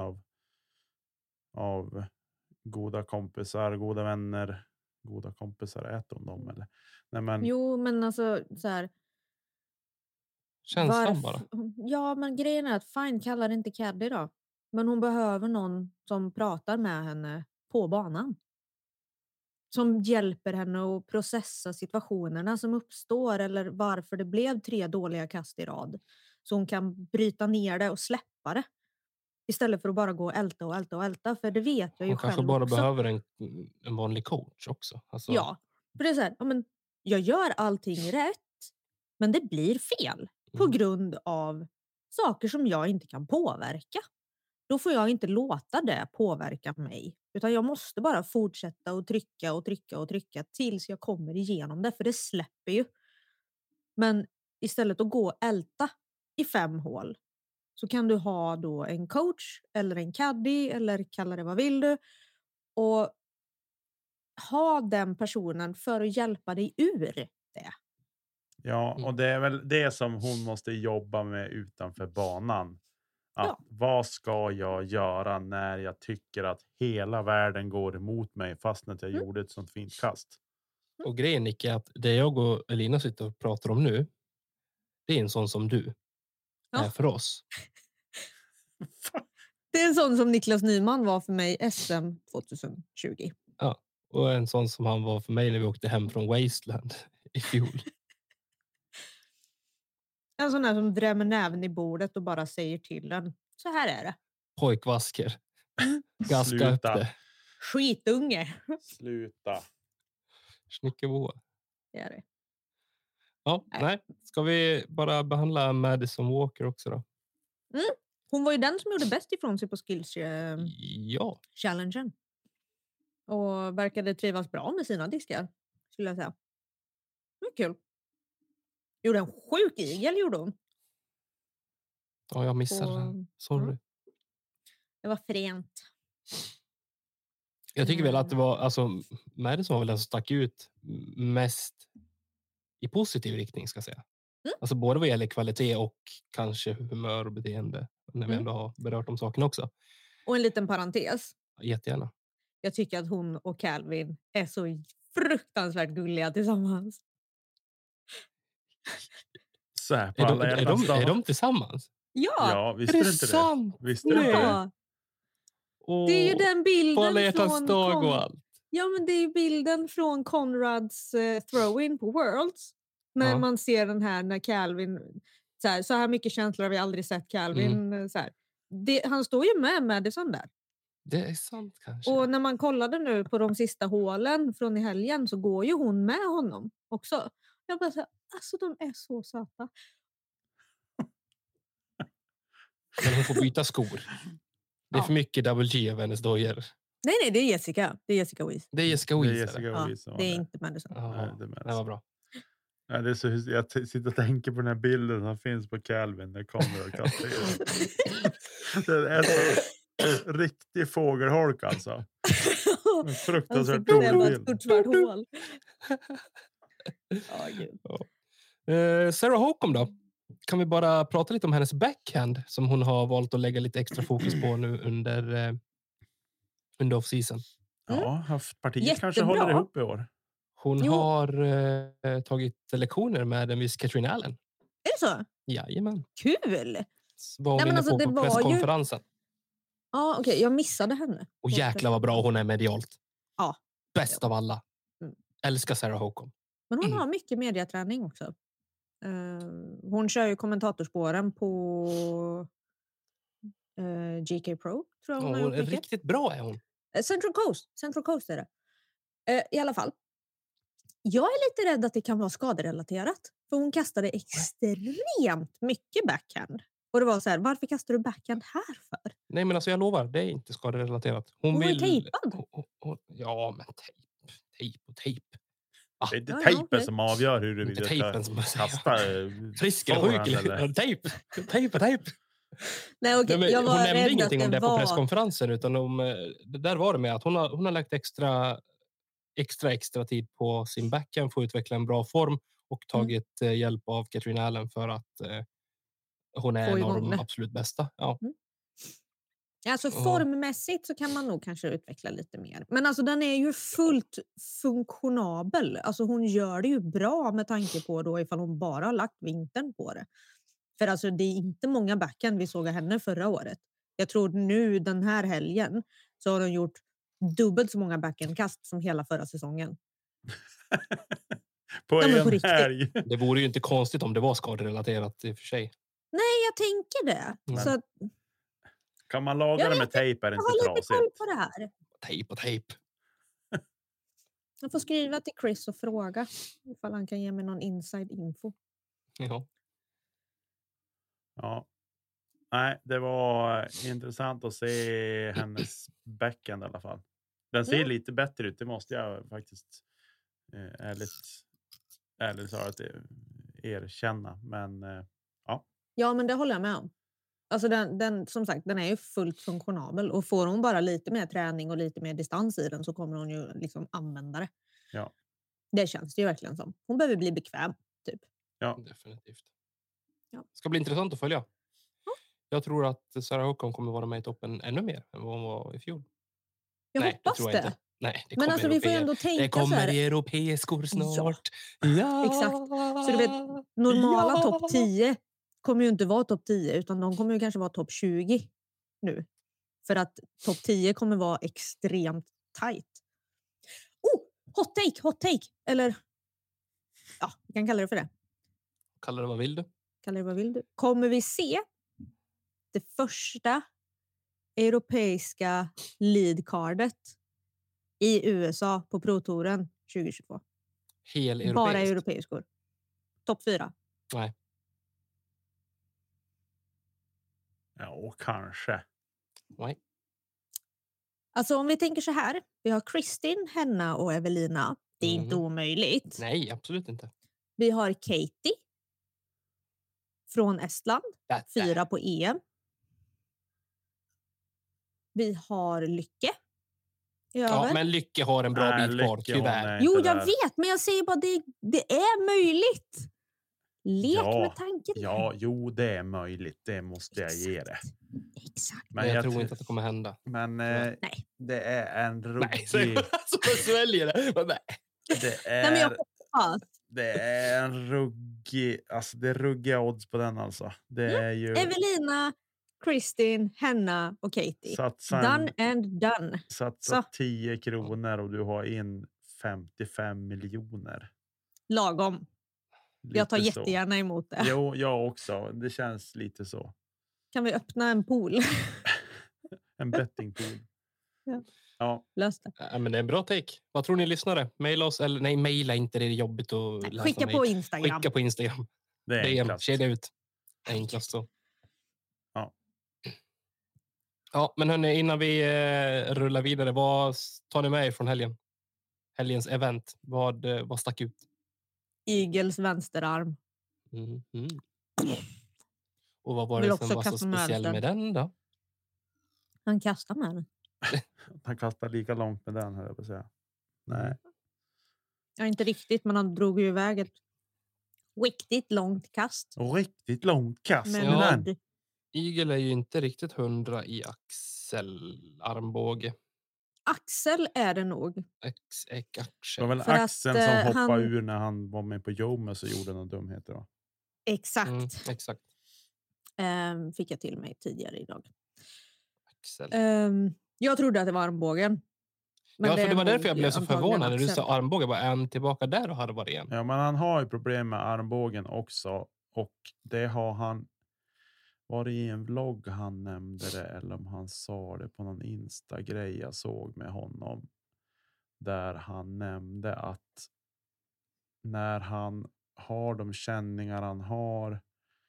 av goda kompisar, goda vänner. Goda kompisar, äter hon dem eller? Nej, men jo, men alltså så här. Känslan bara. Ja, men grejen är att fine, kallar det inte caddy då. Men hon behöver någon som pratar med henne på banan. Som hjälper henne att processa situationerna som uppstår eller varför det blev 3 dåliga kast i rad. Så hon kan bryta ner det och släppa det. Istället för att bara gå och älta. För det vet jag ju Hon kanske själv bara också. behöver en vanlig coach också. Alltså, Ja, för det är så här, ja, men jag gör allting rätt, men det blir fel på grund av saker som jag inte kan påverka. Då får jag inte låta det påverka mig, utan jag måste bara fortsätta och trycka tills jag kommer igenom det, för det släpper ju. Men istället att gå och älta i 5 hål så kan du ha då en coach eller en caddy eller kalla det vad vill du och ha den personen för att hjälpa dig ur det. ja, och det är väl det som hon måste jobba med utanför banan. Att vad ska jag göra när jag tycker att hela världen går emot mig fast att jag gjorde ett sånt fint kast? Och grejen Nick är att det jag och Elina sitter och pratar om nu, det är en sån som du är för oss. Det är en sån som Niklas Nyman var för mig SM 2020. Ja, och en sån som han var för mig när vi åkte hem från Wasteland i fjol. En sån där som drämmer näven i bordet och bara säger till den. Så här är det. Pojkvasker. Gaska upp Sluta. det. Skitunge. Sluta. Snickerboa. Det är det. Ja, nej. Ska vi bara behandla Madison Walker också då? Hon var ju den som gjorde bäst ifrån sig på skills Ja. challengen. Och verkade trivas bra med sina diskar, skulle jag säga. Det var kul. Gjorde en sjuk igel, gjorde hon. Ja, jag missade den. Sorry. Det var fränt. Jag tycker väl att det var, alltså, Madison var väl den som stack ut mest i positiv riktning, ska jag säga. Alltså både vad gäller kvalitet och kanske humör och beteende, när vi ändå har berört de sakerna också. Och en liten parentes. Jättegärna. Jag tycker att hon och Calvin är så fruktansvärt gulliga tillsammans. Så här på alla hjärtans dag. Är de tillsammans? Ja! Ja, visste Är du det inte sant? det? Visste du inte det? Ja. Det är ju den På alla bilden hjärtans från dag och allt. Ja, men det är ju bilden från Conrads throw-in på Worlds. När man ser den här när Calvin så här mycket känslor har vi aldrig sett Calvin så här. Han står ju med Madison där. Det är sant kanske. Och när man kollade nu på de sista hålen från i helgen så går ju hon med honom också. Jag bara så här, alltså de är så söta. Men hon får byta skor. Det är för mycket double G av hennes dojor. Nej, det är Jessica. Det är Jessica Weiss. Det är Jessica Det är Weiss. Jessica Ja, Weiss som var det är där. inte Madison. Ja, Nej, det är Madison. det var bra. Ja, det är så, jag sitter och tänker på den här bilden som finns på Calvin när Conrad kastar. Det är så riktig fågelholk alltså. En fruktansvärt Det var dålig ett bild. stort svart hål. Gud. Sarah Håkom då? Kan vi bara prata lite om hennes backhand som hon har valt att lägga lite extra fokus på nu under off-season. Ja, haft partiet Jättebra. kanske håller ihop i år. Hon har tagit lektioner med en viss Katrin Allen. Är det så? Jajamän. Kul! Var hon Nej, men inne alltså, det på var ju- presskonferensen. Ja, okej. Jag missade henne. Och jäklar vad bra hon är medialt. Ja. Bäst av alla. Mm. Älskar Sarah Håkom. Men hon har mycket mediaträning också. Hon kör ju kommentatorspåren på GK Pro, tror jag hon har Hon gjort är mycket. riktigt bra är hon. Central Coast är det. I alla fall. Jag är lite rädd att det kan vara skaderelaterat. För hon kastade extremt mycket backhand. Och det var så här, varför kastar du backhand här för? Nej, men alltså jag lovar, det är inte skaderelaterat. Hon är vill... tejpad. Ja, men tejp och tejp. Det är inte Ja, tejpen okej. som avgör hur du Inte vill tejpen som kasta. frisk eller forehand, sjuk. eller? Tejp. Nej, okej. Nej, Jag var hon nämnde rädd ingenting att om det var... på presskonferensen, utan det där var det med att hon har lagt extra tid på sin backhand för att utveckla en bra form och tagit hjälp av Katrina Allen för att hon är Få en av igång de det. absolut bästa. Ja. Alltså formmässigt så kan man nog kanske utveckla lite mer. Men alltså den är ju fullt funktionabel. Alltså hon gör det ju bra med tanke på då ifall hon bara har lagt vintern på det. För alltså det är inte många backhand vi såg av henne förra året. Jag tror nu den här helgen så har hon gjort dubbelt så många backhandkast som hela förra säsongen. På Ja, men på en riktigt. helg. Det vore ju inte konstigt om det var skaderelaterat i och för sig. Nej, jag tänker det. Men- Så att, Kan man laga Jag det med vet tejp är det jag inte har lite koll trasigt. på det här. Tejp och tejp. Jag får skriva till Chris och fråga ifall han kan ge mig någon inside info. Ja. Ja. Nej, det var intressant att se hennes backhand i alla fall. Den ser lite bättre ut, det måste jag faktiskt ärligt talat erkänna. Men Ja, men det håller jag med om. Alltså den, som sagt, den är ju fullt funktionabel och får hon bara lite mer träning och lite mer distans i den så kommer hon ju liksom använda det. ja. Det känns det ju verkligen som. Hon behöver bli bekväm, typ. Ja. Definitivt. Ja. Ska bli intressant att följa. Jag tror att Sarah Håkon kommer vara med i toppen ännu mer än vad hon var i fjol. Jag Nej, hoppas tror det. jag inte. Nej, det Men kommer alltså vi får ju ändå det tänka så kommer här. europeiskor snart. Ja. Exakt. Så du vet, normala topp 10 kommer ju inte vara topp 10 utan de kommer ju kanske vara topp 20 nu. För att topp 10 kommer vara extremt tight. Hot take! Eller ja, vi kan kalla det för det. Kalla det vad vill du? Kalla det vad vill du. Kommer vi se det första europeiska leadcardet i USA på Pro-touren 2022? Hel Bara europeiskt? europeiskor. Topp 4. Nej. Ja, kanske. Nej. Alltså om vi tänker så här. Vi har Kristin, Henna och Evelina. Det är inte omöjligt. Nej, absolut inte. Vi har Katie. Från Estland. 4 på EM. Vi har Lycke. Ja, men Lycke har en bra bit kvar, Lycke, hon tyvärr. är Jo, inte jag där. vet. Men jag säger bara det är möjligt. Lek med tanken. Ja, jo, det är möjligt. Det måste jag ge det. Exakt. Men jag tror inte att det kommer hända. Men Nej. det är en Nej, ruggig... så jag sväljer det. Men nej. Det Nej, men jag är, hoppas. det är en ruggig... Alltså, det är ruggiga odds på den alltså. Det är ju... Evelina, Kristin, Henna och Katie. Done and done. Satsa 10 kronor och du har in 55 miljoner. Lagom. Jag tar Lite så. jättegärna emot det. Jo, jag också. Det känns lite så. Kan vi öppna en pool? En bettingpool. Ja. Ja. Lös det. Ja, men det är en bra take. Vad tror ni lyssnare? Maila oss eller nej, maila inte. Det är jobbigt att läsa. Skicka på mail. Instagram. Skicka på Instagram. Det är DM, enklast. kedja ut. Enklast så. Ja. Ja, men hörni, innan vi rullar vidare, vad tar ni med er från helgen? Helgens event. Vad stack ut? Eagles vänsterarm. Och vad var Vill det som också var så kasta med speciell den. med den då? Han kastar med den. Han kastar lika långt med den, höll jag på att säga. Nej. Ja, inte riktigt, men han drog ju iväg ett riktigt långt kast. Och riktigt långt kast Med med den. mudd. Eagle är ju inte riktigt 100 i axelarmbåge. Axel är det nog. Det Axel. var väl För att, axeln som hoppade han- ur när han var med på Jomes och gjorde några dumheter då. Exakt. Exakt. Fick jag till mig tidigare idag. Axel. Jag trodde att det var armbågen. Men Ja, för det var är därför jag nog blev så antagligen förvånad när du axeln. sa armbåge. Var en tillbaka där och harvar igen? Ja, men han har ju problem med armbågen också. Och det har han... Var det i en vlogg han nämnde det? Eller om han sa det på någon Insta-grej jag såg med honom. Där han nämnde att när han har de känningar han har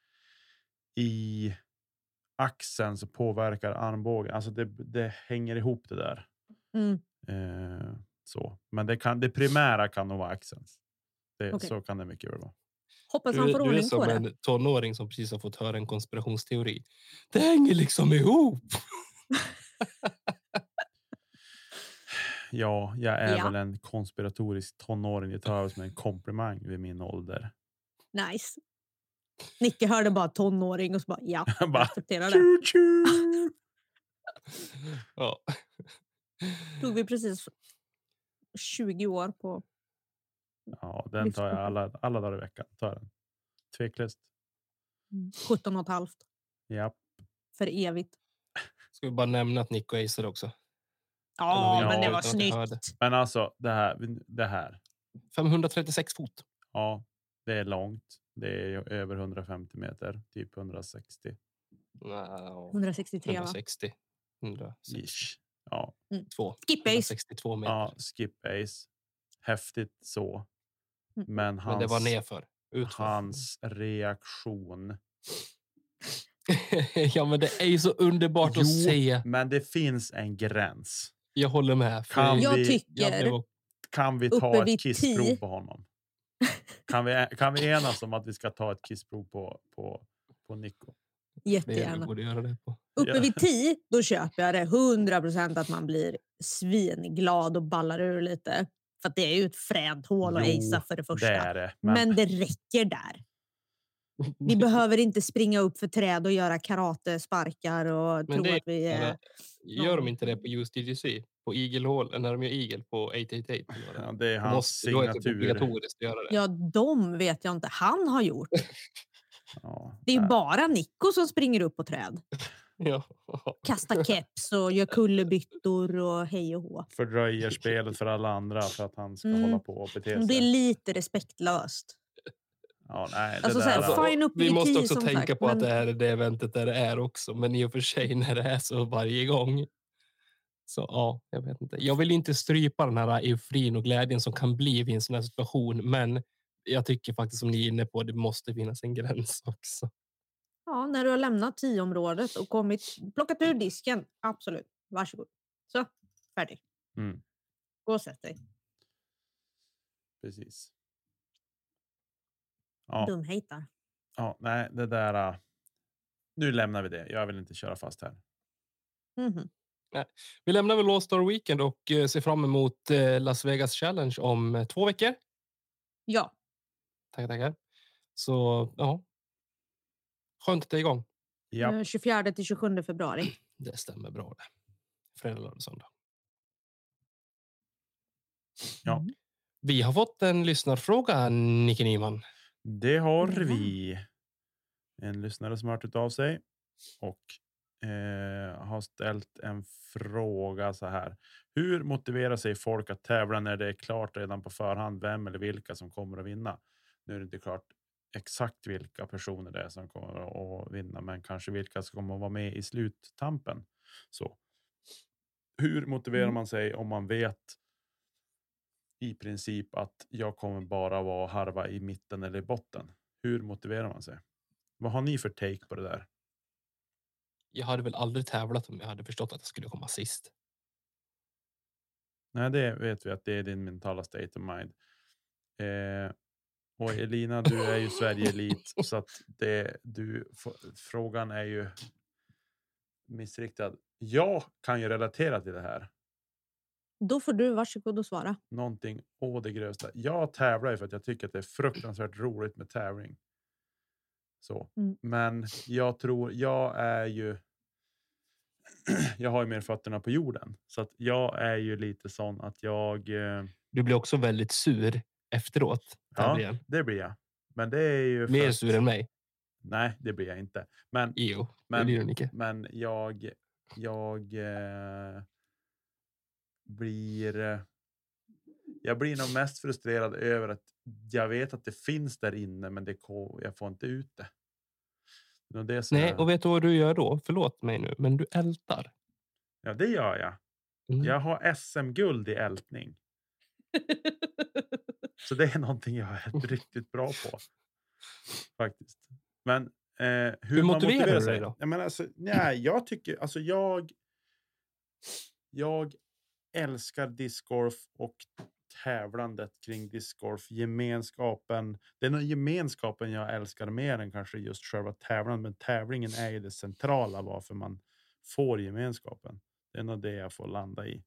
i axeln så påverkar armbågen. Alltså det hänger ihop det där. Mm. Så. Men det primära kan nog vara axeln. Okej. Så kan det mycket väl vara. Hoppas han får Du är ordning som på det. en tonåring som precis har fått höra en konspirationsteori. Det hänger liksom ihop. Ja, jag är Ja. väl en konspiratorisk tonåring. Det tar jag som en komplimang vid min ålder. Nice. Nicke hörde bara tonåring och så bara ja, jag Bara, accepterar det. tju, tju. Ja. Tog vi precis 20 år på Ja, den tar jag alla dagar i veckan. Tar den. Tveklöst. 17 och ett halvt Ja. för evigt. Ska vi bara nämna att Nico acer också. Ja, Ja, men det utan var att jag hörde. snyggt. Men alltså det här. 536 fot. Ja, det är långt. Det är över 150 meter. Typ 160. Wow. 163 va? 160. 162. Ish. Ja. Skip ace. 162 meter. Ja, skip ace. Häftigt så. Mm. Men Men det var nerför. Utför. hans reaktion. Ja, men det är ju så underbart att se. Men det finns en gräns. Jag håller med. för Kan Jag vi- tycker Kan vi Uppe ta vid ett kissprov 10. på honom? Kan vi enas om att vi ska ta ett kissprov på Nico? vi jättegärna. borde göra det på. Uppe vid 10, då köper jag det 100% att man blir svinglad och ballar ur lite. För att det är ju ett fränt hål att Jo, acea för det första. Det är det. Men det räcker där. Vi behöver inte springa upp för träd och göra karatesparkar och Men tro det att vi är... Gör de inte det på USDGC? På Eagle-hål? När de gör Eagle på 888? Ja, det är De hans då är det signatur. obligatoriskt att göra det. Ja, de vet jag inte. Han har gjort. Ja, Det är ju bara Nico som springer upp på träd. Ja. Kastar keps och gör kullerbyttor och hej och hå. fördröjer spelet för alla andra för att han ska hålla på och bete Det är sig. lite respektlöst. Ja, nej, det Alltså, där, så här, alltså, fine upp Vi vid måste 10 också som tänka sagt, på men... att det här är det eventet där det är också. Men i och för sig när det är så varje gång. Så ja, jag vet inte. Jag vill inte strypa den här euforin och glädjen som kan bli vid en sån här situation. Men jag tycker faktiskt som ni är inne på, det måste finnas en gräns också. Ja, när du har lämnat 10-området och plockat ur disken. Absolut. Varsågod. Så, färdig. Mm, Gå och sätt dig. precis. Ja, Dumhejtar. ja, nej, det där. Nu lämnar vi det. Jag vill inte köra fast här. Mhm. Vi lämnar väl All Star Weekend och ser fram emot Las Vegas Challenge om 2 veckor. Ja. Tackar. Så ja. Skönt att det är igång. Ja, 24 till 27 februari. Det stämmer bra det. Fredag, lördag, söndag. Ja. Mm. Vi har fått en lyssnarfråga, Nicke Nyman. det har Ja. vi. En lyssnare som har hört av sig och har ställt en fråga så här. Hur motiverar sig folk att tävla när det är klart redan på förhand vem eller vilka som kommer att vinna? Nu är det inte klart exakt vilka personer det är som kommer att vinna, men kanske vilka som kommer att vara med i sluttampen. Så hur motiverar man sig om man vet i princip att jag kommer bara vara harva i mitten eller i botten? Hur motiverar man sig? Vad har ni för take på det där? Jag hade väl aldrig tävlat om jag hade förstått att jag skulle komma sist. Nej, det vet vi att det är din mentala state of mind. Och Elina, du är ju Sverige-elit så att frågan är ju missriktad. Jag kan ju relatera till det här. Då får du varsågod och svara. Någonting det grövsta. Jag tävlar ju för att jag tycker att det är fruktansvärt roligt med tävling. Så. Mm. Men jag tror, jag är ju jag har ju mer fötterna på jorden. Så att jag är ju lite sån att jag... Du blir också väldigt sur efteråt. Ja, det blir jag. Men det är ju... Mer sur än mig. Nej, det blir jag inte. Men, Jo, det men, blir du, Nicke. men jag blir nog mest frustrerad över att jag vet att det finns där inne, men jag får inte ut det. Nej, och vet du vad du gör då? Förlåt mig nu, men du ältar. Ja, det gör jag. Jag har SM-guld i ältning. Så det är någonting jag är riktigt bra på. Faktiskt. Men hur man motiverar sig då? Jag menar, alltså, nej, jag tycker alltså jag älskar discgolf och tävlandet kring discgolf, gemenskapen. Det är nog gemenskapen jag älskar mer än kanske just själva tävlandet, men tävlingen är ju det centrala varför man får gemenskapen. Det är nog det jag får landa i.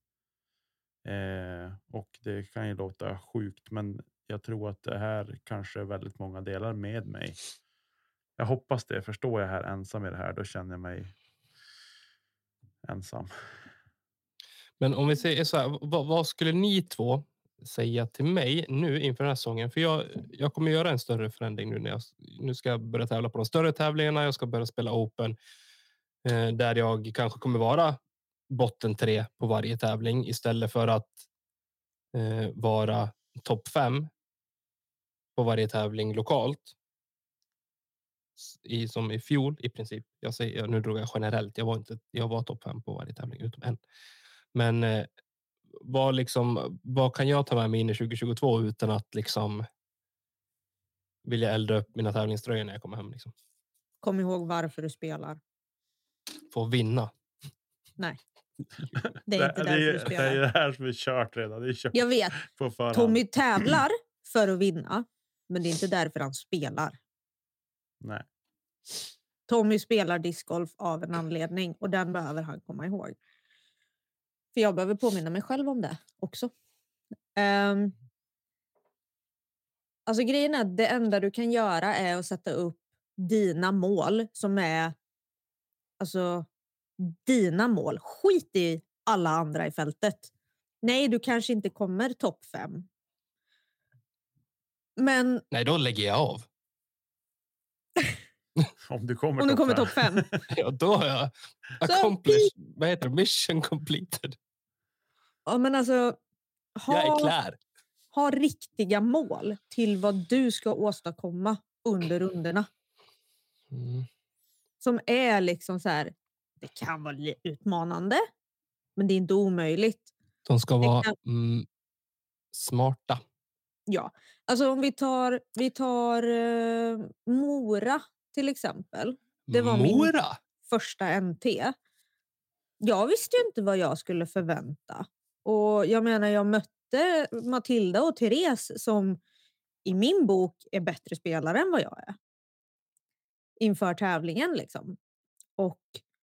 Och det kan ju låta sjukt, men jag tror att det här kanske är väldigt många delar med mig. Jag hoppas det. Förstår jag här ensam i det här, då känner jag mig ensam. Men om vi säger så här, vad skulle ni två säga till mig nu inför den här säsongen? För jag kommer göra en större förändring nu när nu ska jag börja tävla på de större tävlingarna. Jag ska börja spela Open där jag kanske kommer vara botten 3 på varje tävling istället för att vara topp 5 på varje tävling lokalt. Som i fjol i princip. Nu drog jag generellt. Jag var topp 5 på varje tävling utom en. Men vad kan jag ta med mig in i 2022 utan att liksom vilja elda upp mina tävlingströjor när jag kommer hem liksom? Kom ihåg varför du spelar. Få vinna. Nej. Det är inte därför du spelar. Det är det här som är kört redan. Det är kört. Jag vet. Tommy tävlar för att vinna, men det är inte därför han spelar. Nej. Tommy spelar discgolf av en anledning och den behöver han komma ihåg. För jag behöver påminna mig själv om det också. Alltså grejen är att det enda du kan göra är att sätta upp dina mål som är alltså dina mål. Skit i alla andra i fältet. Nej, du kanske inte kommer topp 5. Men nej, då lägger jag av. Om du kommer topp 5. Ja, då har jag accomplished. Vad heter det? Mission completed. Ja, men alltså jag är klar. Ha riktiga mål till vad du ska åstadkomma under runderna. Som är liksom så här, det kan vara utmanande, men det är inte omöjligt. De ska vara smarta. Ja, alltså om vi tar Mora till exempel. Det var min första NT. Jag visste ju inte vad jag skulle förvänta. Och jag menar, jag mötte Matilda och Therese som i min bok är bättre spelare än vad jag är. Inför tävlingen liksom. Och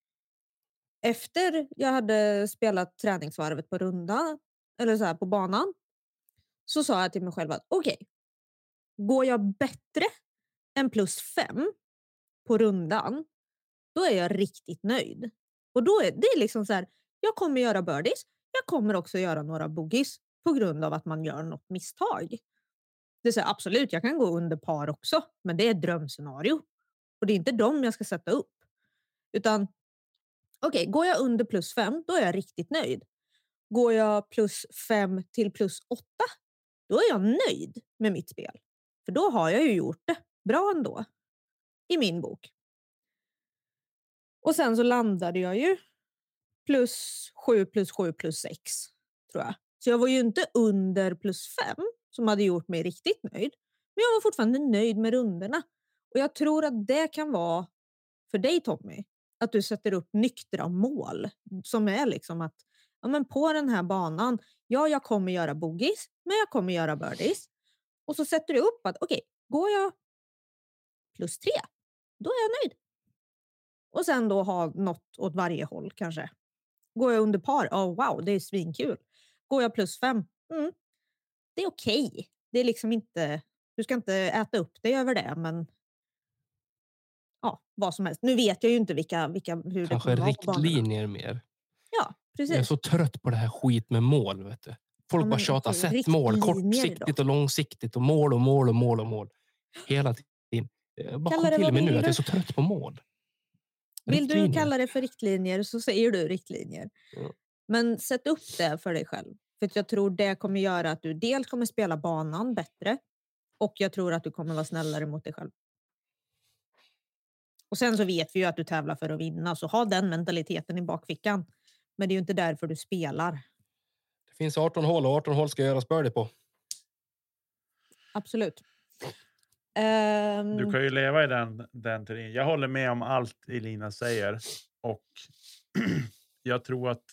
efter jag hade spelat träningsvarvet på rundan eller så här på banan, så sa jag till mig själv att okej, går jag bättre än +5 på rundan, då är jag riktigt nöjd. Och då är det liksom så här, jag kommer göra birdies, jag kommer också göra några boogies på grund av att man gör något misstag. Det är så här, absolut, jag kan gå under par också, men det är ett drömscenario. Och det är inte dem jag ska sätta upp. Utan okej, går jag under +5, då är jag riktigt nöjd. Går jag +5 till +8, då är jag nöjd med mitt spel. För då har jag ju gjort det bra ändå. I min bok. Och sen så landade jag ju +7, +7, +6 tror jag. Så jag var ju inte under +5 som hade gjort mig riktigt nöjd. Men jag var fortfarande nöjd med runderna. Och jag tror att det kan vara för dig, Tommy, att du sätter upp nyktra mål som är liksom att ja, men på den här banan, ja, jag kommer göra boogies, men jag kommer göra birdies. Och så sätter du upp att okej, går jag +3, då är jag nöjd. Och sen då ha något åt varje håll kanske. Går jag under par, wow, det är svinkul. Går jag +5, det är okej. Det är liksom inte, du ska inte äta upp dig över det, men ja, vad som helst. Nu vet jag ju inte hur det kommer vara. Kanske riktlinjer mer. Ja, precis. Jag är så trött på det här skit med mål, vet du. Folk bara tjatar, sätt mål, kortsiktigt och långsiktigt och mål. Hela tiden. Bara kom till mig nu att jag är så trött på mål. Vill du kalla det för riktlinjer så säger du riktlinjer. Ja. Men sätt upp det för dig själv. För att jag tror det kommer göra att du dels kommer spela banan bättre. Och jag tror att du kommer vara snällare mot dig själv. Och sen så vet vi ju att du tävlar för att vinna. Så ha den mentaliteten i bakfickan. Men det är ju inte därför du spelar. Det finns 18 hål och 18 hål ska göras birdie på. Absolut. Du kan ju leva i den teorin. Jag håller med om allt Elina säger. Och jag tror att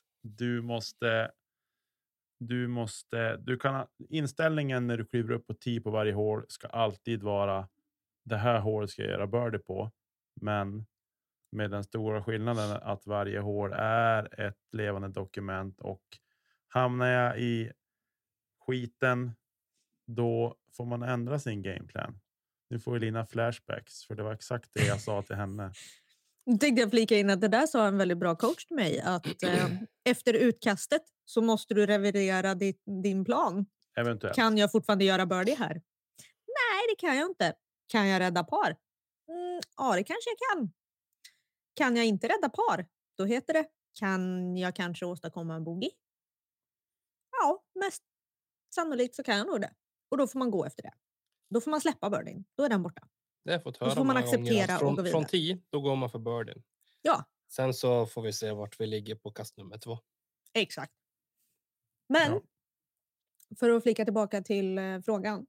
inställningen när du kliver upp på 10 på varje hål ska alltid vara det här hålet ska jag göra birdie på. Men med den stora skillnaden att varje hål är ett levande dokument, och hamnar jag i skiten då får man ändra sin gameplan. Nu får Elina flashbacks, för det var exakt det jag sa till henne. Jag tänkte jag flika in att det där sa en väldigt bra coach till mig. Att efter utkastet så måste du revidera din plan. Eventuellt. Kan jag fortfarande göra birdie här? Nej, det kan jag inte. Kan jag rädda par? Ja, det kanske jag kan. Kan jag inte rädda par? Då heter det, kan jag kanske åstadkomma en bogey? Ja, mest sannolikt så kan jag nog det. Och då får man gå efter det. Då får man släppa birdien. Då är den borta. Det har jag fått höra får man många gånger acceptera och gå vidare. från 10, då går man för birdien. Ja. Sen så får vi se vart vi ligger på kast nummer 2. Exakt. Men för att flika tillbaka till frågan.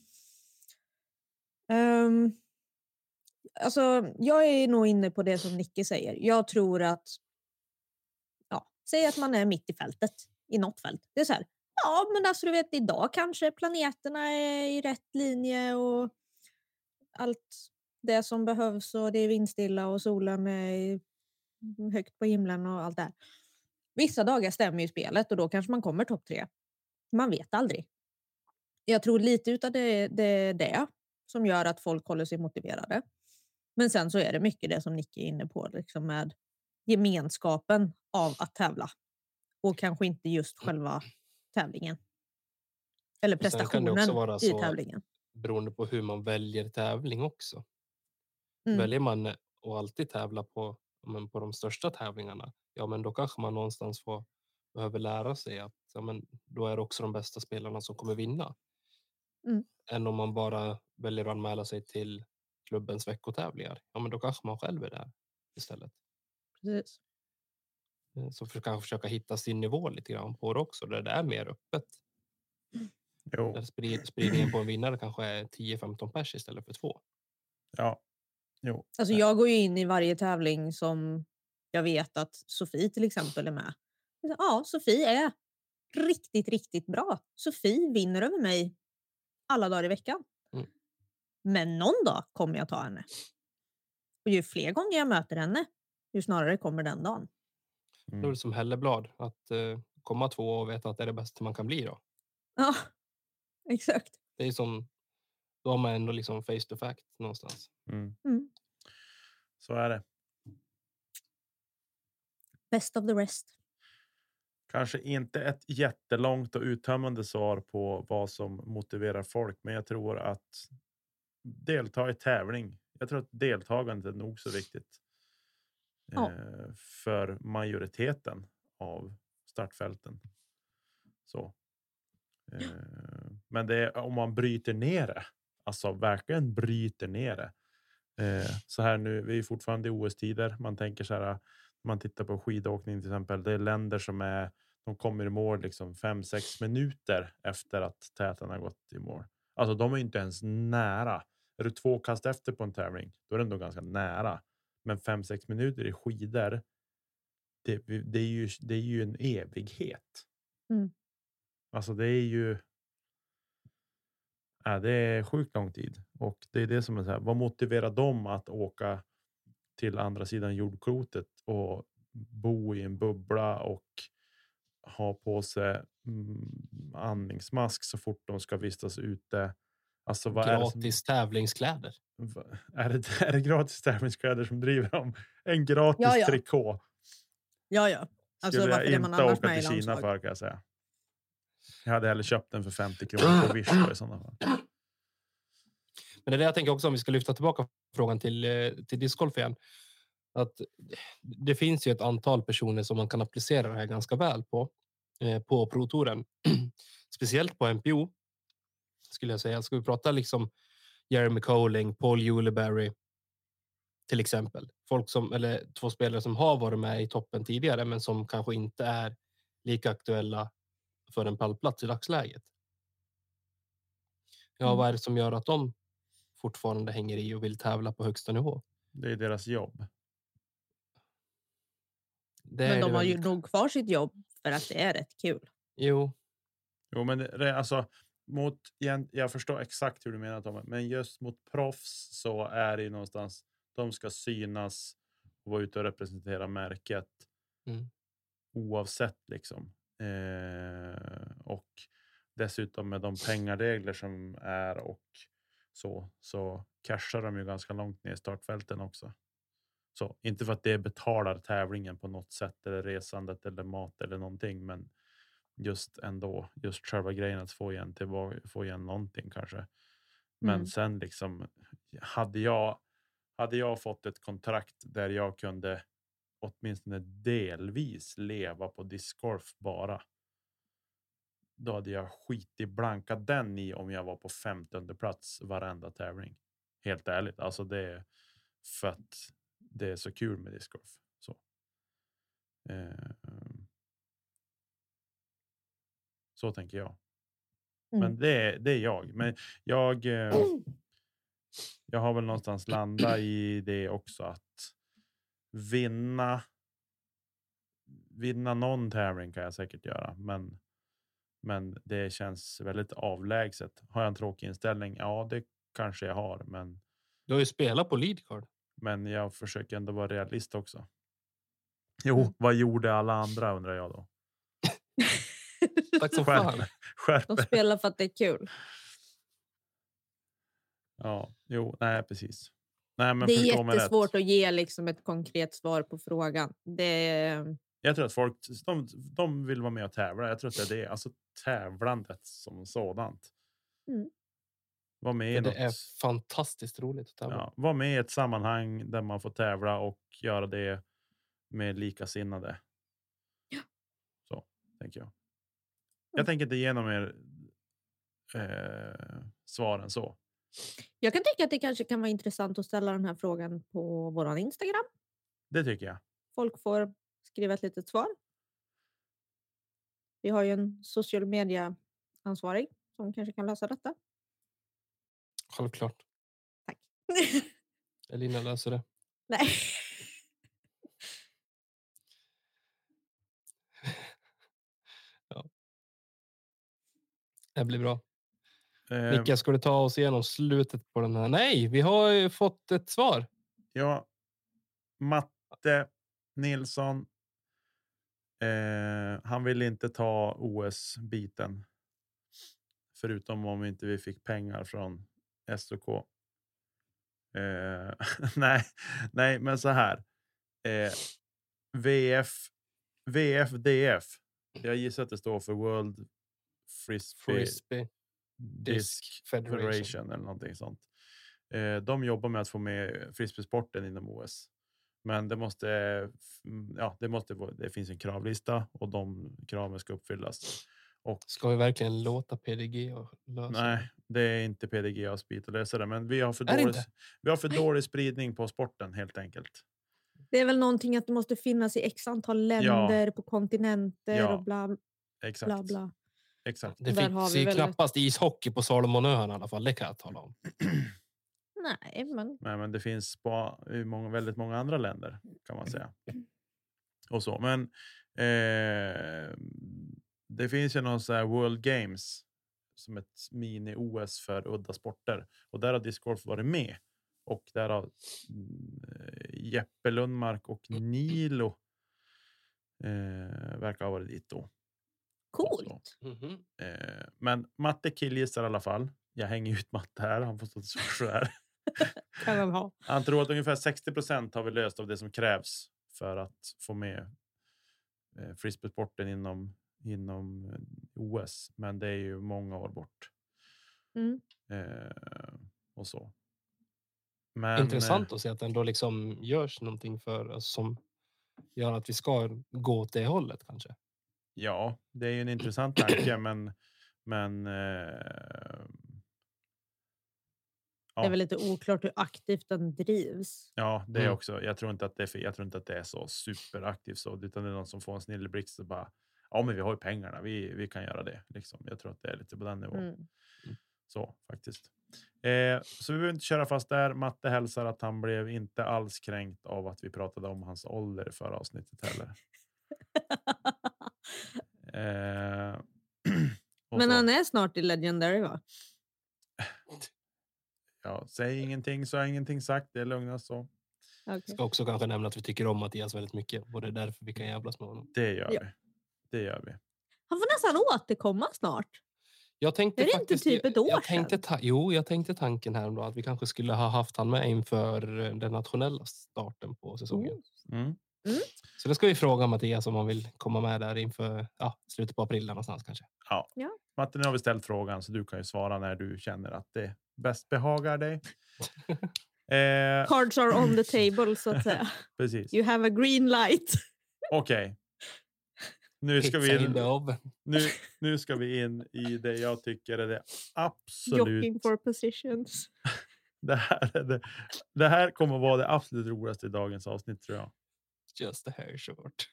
Alltså, jag är nog inne på det som Nicky säger. Jag tror att säg att man är mitt i fältet, i något fält. Det är så här, ja men alltså du vet idag kanske planeterna är i rätt linje och allt det som behövs och det är vindstilla och solen är högt på himlen och allt det här. Vissa dagar stämmer ju spelet och då kanske man kommer topp 3. Man vet aldrig. Jag tror lite utav det som gör att folk håller sig motiverade. Men sen så är det mycket det som Nicky är inne på liksom med gemenskapen av att tävla. Och kanske inte just själva tävlingen. Eller prestationen i tävlingen. Beroende på hur man väljer tävling också. Mm. Väljer man att alltid tävla på de största tävlingarna, ja men då kanske man någonstans behöver lära sig att då är det också de bästa spelarna som kommer vinna. Än om man bara väljer att anmäla sig till klubbens veckotävlingar. Ja men då kanske man själv är där istället. Precis. Så kanske försöka hitta sin nivå lite grann på det också. Där det är mer öppet. Jo. Där spridningen på en vinnare kanske är 10-15 pers istället för 2. Ja. Jo. Alltså jag går ju in i varje tävling som jag vet att Sofie till exempel är med. Ja, Sofie är riktigt, riktigt bra. Sofie vinner över mig alla dagar i veckan. Men någon dag kommer jag ta henne. Och ju fler gånger jag möter henne, ju snarare kommer den dagen. Det är som Helleblad. Att komma 2 och veta att det är det bästa man kan bli då. Ja, exakt. Det är som, då har man ändå liksom face to fact någonstans. Så är det. Best of the rest. Kanske inte ett jättelångt och uttömmande svar på vad som motiverar folk. Men jag tror att delta i tävling. Jag tror att deltagandet är nog så viktigt. För majoriteten av startfälten. Så. Men det är om man bryter ner det. Alltså verkligen bryter ner det. Så här nu, vi är fortfarande i OS-tider. Man tänker så här, man tittar på skidåkning till exempel. Det är länder som de kommer i mål liksom 5-6 minuter efter att täten har gått i mål. Alltså de är inte ens nära. Är du 2 kast efter på en tävling, då är det ändå ganska nära. Men 5-6 minuter i skidor, det är ju en evighet. Alltså det är ju det är sjukt lång tid. Och det är det som är så här, vad motiverar dem att åka till andra sidan jordklotet och bo i en bubbla och ha på sig andningsmask så fort de ska vistas ute. Alltså vad gratis tävlingskläder. Är det gratis tävlingskläder som driver dem? En gratis trikå. Ja. Alltså, skulle jag inte åka till Kina för, kan jag säga. Jag hade hellre köpt den för 50 kronor på Wish i sådana fall. Men det är det jag tänker också, om vi ska lyfta tillbaka frågan till discgolf igen. att det finns ju ett antal personer som man kan applicera det här ganska väl på Pro-touren. Speciellt på MPO skulle jag säga. Ska vi prata liksom Jeremy Colling, Paul Juleberry till exempel. Eller två spelare som har varit med i toppen tidigare men som kanske inte är lika aktuella för en pallplats i dagsläget. Ja, vad är det som gör att de fortfarande hänger i och vill tävla på högsta nivå? Det är deras jobb. Men de har ju nog kvar sitt jobb för att det är rätt kul. Jo, Men alltså jag förstår exakt hur du menar, Tom, men just mot proffs så är det ju någonstans de ska synas och vara ute och representera märket oavsett liksom. Och dessutom med de pengaregler som är och så cashar de ju ganska långt ner i startfälten också. Så inte för att det betalar tävlingen på något sätt eller resandet eller mat eller någonting, men just själva grejen att få igen någonting kanske. Men sen liksom hade jag fått ett kontrakt där jag kunde åtminstone delvis leva på discgolf bara, då hade jag skitit blanka den i om jag var på 15:e plats varenda tävling. Helt ärligt. Alltså det är för att det är så kul med discgolf. Så tänker jag. Men det är jag. Men jag har väl någonstans landat i det också, att vinna någon tävling kan jag säkert göra, men det känns väldigt avlägset. Har jag en tråkig inställning? Ja, det kanske jag har, men du har ju spelat på leadcard. Men jag försöker ändå vara realist också. Jo, vad gjorde alla andra, undrar jag då. Tack så fan. De spelar för att det är kul. Ja, jo, nej precis. Nej, men det är jättesvårt att ge liksom ett konkret svar på frågan. Jag tror att folk de vill vara med och tävla. Jag tror att det är alltså tävlandet som sådant. Var med det är fantastiskt roligt att tävla. Ja, var med i ett sammanhang där man får tävla och göra det med likasinnade. Ja. Så tänker jag. Jag tänker inte igenom er svaren så. Jag kan tycka att det kanske kan vara intressant att ställa den här frågan på våran Instagram. Det tycker jag. Folk får skriva ett litet svar. Vi har ju en social media ansvarig som kanske kan lösa detta. Självklart. Tack. Elina löser det. Nej. Ja. Det blir bra. Vilka ska du ta oss igenom slutet på den här? Nej, vi har ju fått ett svar. Ja. Matte Nilsson. Han vill inte ta OS-biten. Förutom om inte vi fick pengar från SOK. Nej, men så här. VFDF. Jag gissar att det står för World Frisbee Disc Federation eller någonting sånt. De jobbar med att få med frisbeesporten inom OS. Men det finns en kravlista och de kraven ska uppfyllas. Och ska vi verkligen låta PDG lösa det? Nej, det är inte PDG och spit och lösa det, men vi har för dålig spridning på sporten helt enkelt. Det är väl någonting att det måste finnas i x antal länder på kontinenter och bla exakt. Bla bla. Exakt. Det finns ju knappast ishockey på Salomonöarna i alla fall, det kan jag tala om. Nej, men det finns på väldigt många andra länder kan man säga. Och så, men det finns ju någon så här World Games som ett mini-OS för udda sporter. Och där har discgolf varit med. Och där har Jeppe Lundmark och Nilo verkar ha varit dit då. Coolt. Men Matte killgissar i alla fall. Jag hänger ut Matte här. Han får stå till svars så här. Kan han ha. Han tror att ungefär 60% har vi löst av det som krävs för att få med frisbeesporten inom OS. Men det är ju många år bort. Och så. Men, Intressant att se att det ändå liksom görs någonting för oss som gör att vi ska gå åt det hållet kanske. Ja, det är ju en intressant tanke, men Det är väl lite oklart hur aktivt den drivs. ja, det är också. Jag tror inte att det är så superaktivt så, utan det är någon som får en snilleblixt och bara, ja, men vi har ju pengarna, vi kan göra det liksom. Jag tror att det är lite på den nivån. Så faktiskt. Så vi behöver inte köra fast där. Matte hälsar att han blev inte alls kränkt av att vi pratade om hans ålder i förra avsnittet heller. Men han är snart i Legendary, va? Ja, säg ingenting så har ingenting sagt. Det är lugna så. Okay. Ska också kanske nämna att vi tycker om Mattias väldigt mycket. Och det är därför vi kan jävlas med honom. Det gör vi. Han får nästan återkomma snart. Jag tänkte är det faktiskt, inte typ ett år jag tänkte tanken här då att vi kanske skulle ha haft han med inför den nationella starten på säsongen. Så det ska vi fråga Mattias om han vill komma med där inför slutet på april någonstans kanske. Ja. Matte, nu har vi ställt frågan så du kan ju svara när du känner att det bäst behagar dig. Cards are on the table så att säga. Precis. You have a green light. Okej. Nu ska vi in i det jag tycker är det absolut... Jogging for positions. Det här kommer att vara det absolut roligaste i dagens avsnitt, tror jag. Just a hair short.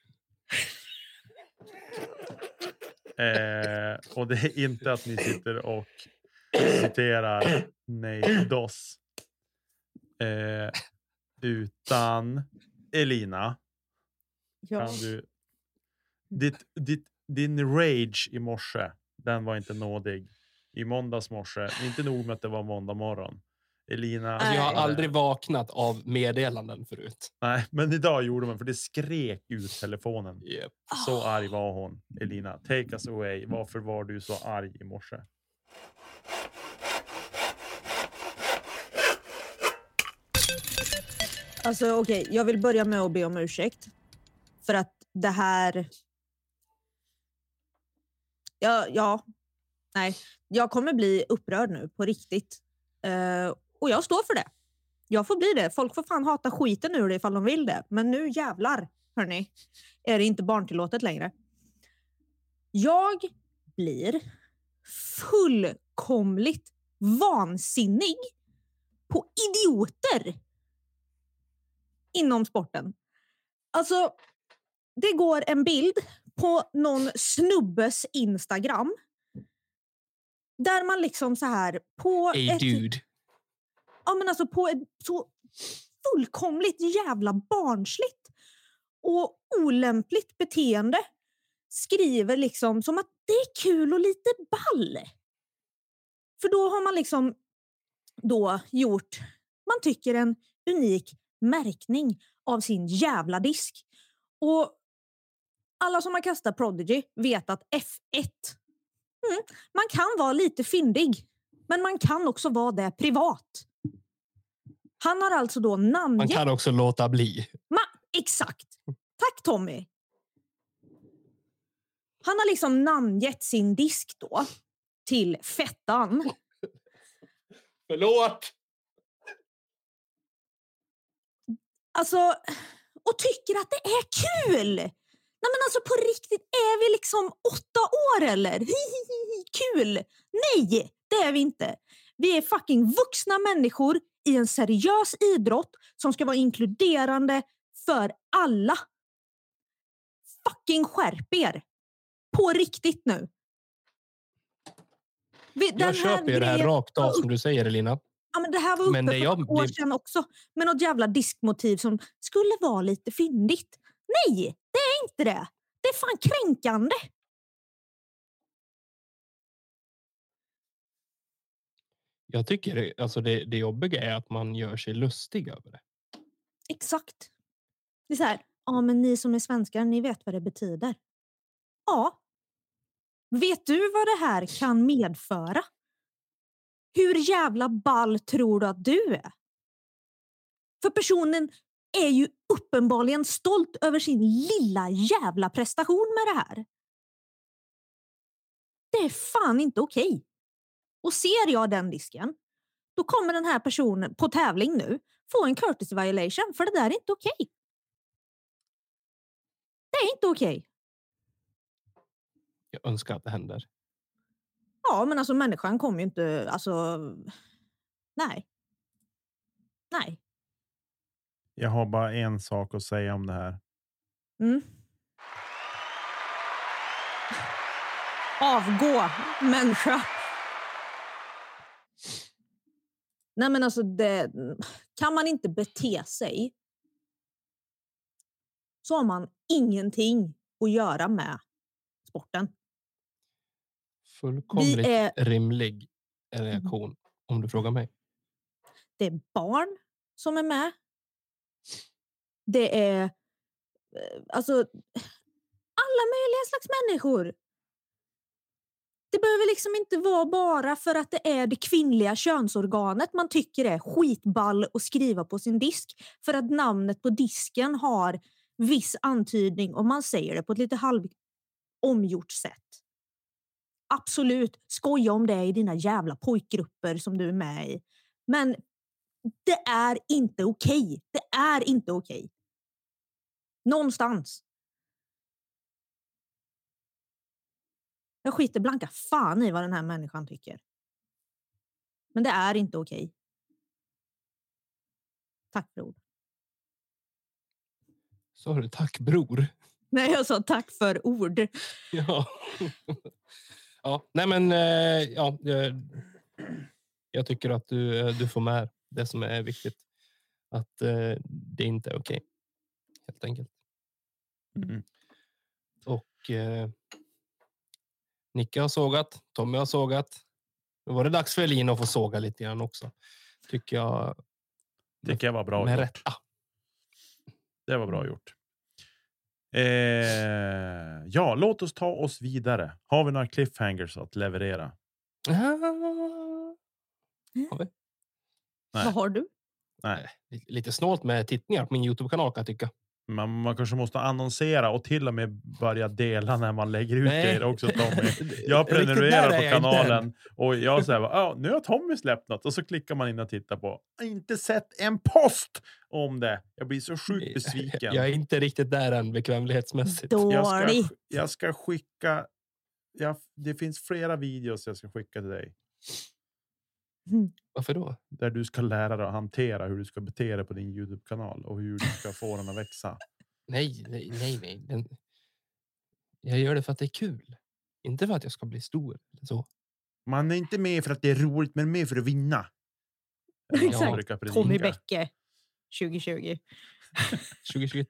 Och det är inte att ni sitter och citerar Nate Doss. Utan Elina. Ja. Kan du... Din rage i morse, den var inte nådig. I måndags morse, inte nog med att det var måndag morgon. Elina... Alltså jag har aldrig vaknat av meddelanden förut. Nej, men idag gjorde man, för det skrek ut telefonen. Yep. Så arg var hon, Elina. Take us away. Varför var du så arg i morse? Alltså okej, jag vill börja med att be om ursäkt. För att det här... Nej, jag kommer bli upprörd nu på riktigt. Och jag står för det. Jag får bli det. Folk får fan hata skiten ur det ifall de vill det. Men nu jävlar, hörni, är det inte barntillåtet längre. Jag blir fullkomligt vansinnig på idioter inom sporten. Alltså, det går en bild på någon snubbes Instagram där man liksom så här på dude. Ja, men alltså på ett så fullkomligt jävla barnsligt och olämpligt beteende skriver liksom som att det är kul och lite ball. För då har man liksom då gjort, man tycker, en unik märkning av sin jävla disk. Och alla som har kastat Prodigy vet att F1, man kan vara lite fyndig, men man kan också vara det privat. Han har alltså då namngett... Man kan också låta bli. Exakt. Tack Tommy. Han har liksom namngett sin disk då till Fettan. Förlåt! Alltså, och tycker att det är kul. Nej men alltså på riktigt, är vi liksom 8 år eller? Kul! Nej, det är vi inte. Vi är fucking vuxna människor i en seriös idrott som ska vara inkluderande för alla. Fucking skärp er. På riktigt nu. Jag köper ju det här rakt av som du säger, Elina. Ja, men det här var uppe för ett år sedan också. Med något jävla diskmotiv som skulle vara lite fyndigt. Nej, det är inte det. Det är fan kränkande. Jag tycker alltså det jobbiga är att man gör sig lustig över det. Exakt. Det är så här, ja men ni som är svenskar, ni vet vad det betyder. Ja. Vet du vad det här kan medföra? Hur jävla ball tror du att du är? För personen är ju uppenbarligen stolt över sin lilla jävla prestation med det här. Det är fan inte okej. Och ser jag den disken, då kommer den här personen på tävling nu få en courtesy violation, för det där är inte okej. Det är inte okej. Jag önskar att det händer. Ja, men alltså människan kommer ju inte, alltså, nej. Nej. Jag har bara en sak att säga om det här. Mm. Avgå, människa. Nej, men alltså kan man inte bete sig så har man ingenting att göra med sporten. Fullkomligt rimlig reaktion om du frågar mig. Det är barn som är med. Det är alltså alla möjliga slags människor. Det behöver liksom inte vara bara för att det är det kvinnliga könsorganet man tycker är skitball att skriva på sin disk. För att namnet på disken har viss antydning och man säger det på ett lite omgjort sätt. Absolut, skoja om det i dina jävla pojkgrupper som du är med i. Men det är inte okej. Det är inte okej. Någonstans. Jag skiter blanka fan i vad den här människan tycker. Men det är inte okej. Tack bror. Så du tack bror. Nej, jag sa tack för ord. Ja. Ja, nej men ja, jag tycker att du får med det som är viktigt. Att det inte är okej. Helt enkelt. Mm. Och Nicke har sågat, Tommy har sågat. Då var det dags för Elina att få såga lite grann också. Tycker jag var bra med gjort. rätta. Det var bra gjort. Ja, låt oss ta oss vidare. Har vi några cliffhangers att leverera? Har vi? Nej. Vad har du? Nej. Lite snålt med tittningar på min YouTube-kanal kan jag tycka. Man kanske måste annonsera och till och med börja dela när man lägger ut grejer också, Tommy. Jag prenumererar på kanalen och jag säger nu har Tommy släppt något och så klickar man in och tittar på. Jag har inte sett en post om det. Jag blir så sjukt besviken. Jag är inte riktigt där än bekvämlighetsmässigt. Dålig. Jag ska skicka. Det finns flera videos jag ska skicka till dig. Varför då? Där du ska lära dig att hantera hur du ska bete dig på din YouTube-kanal och hur du ska få den att växa. Nej. Jag gör det för att det är kul. Inte för att jag ska bli stor. Så. Man är inte med för att det är roligt, men med för att vinna. Exakt. Tommy Bäcke 2020. 2022.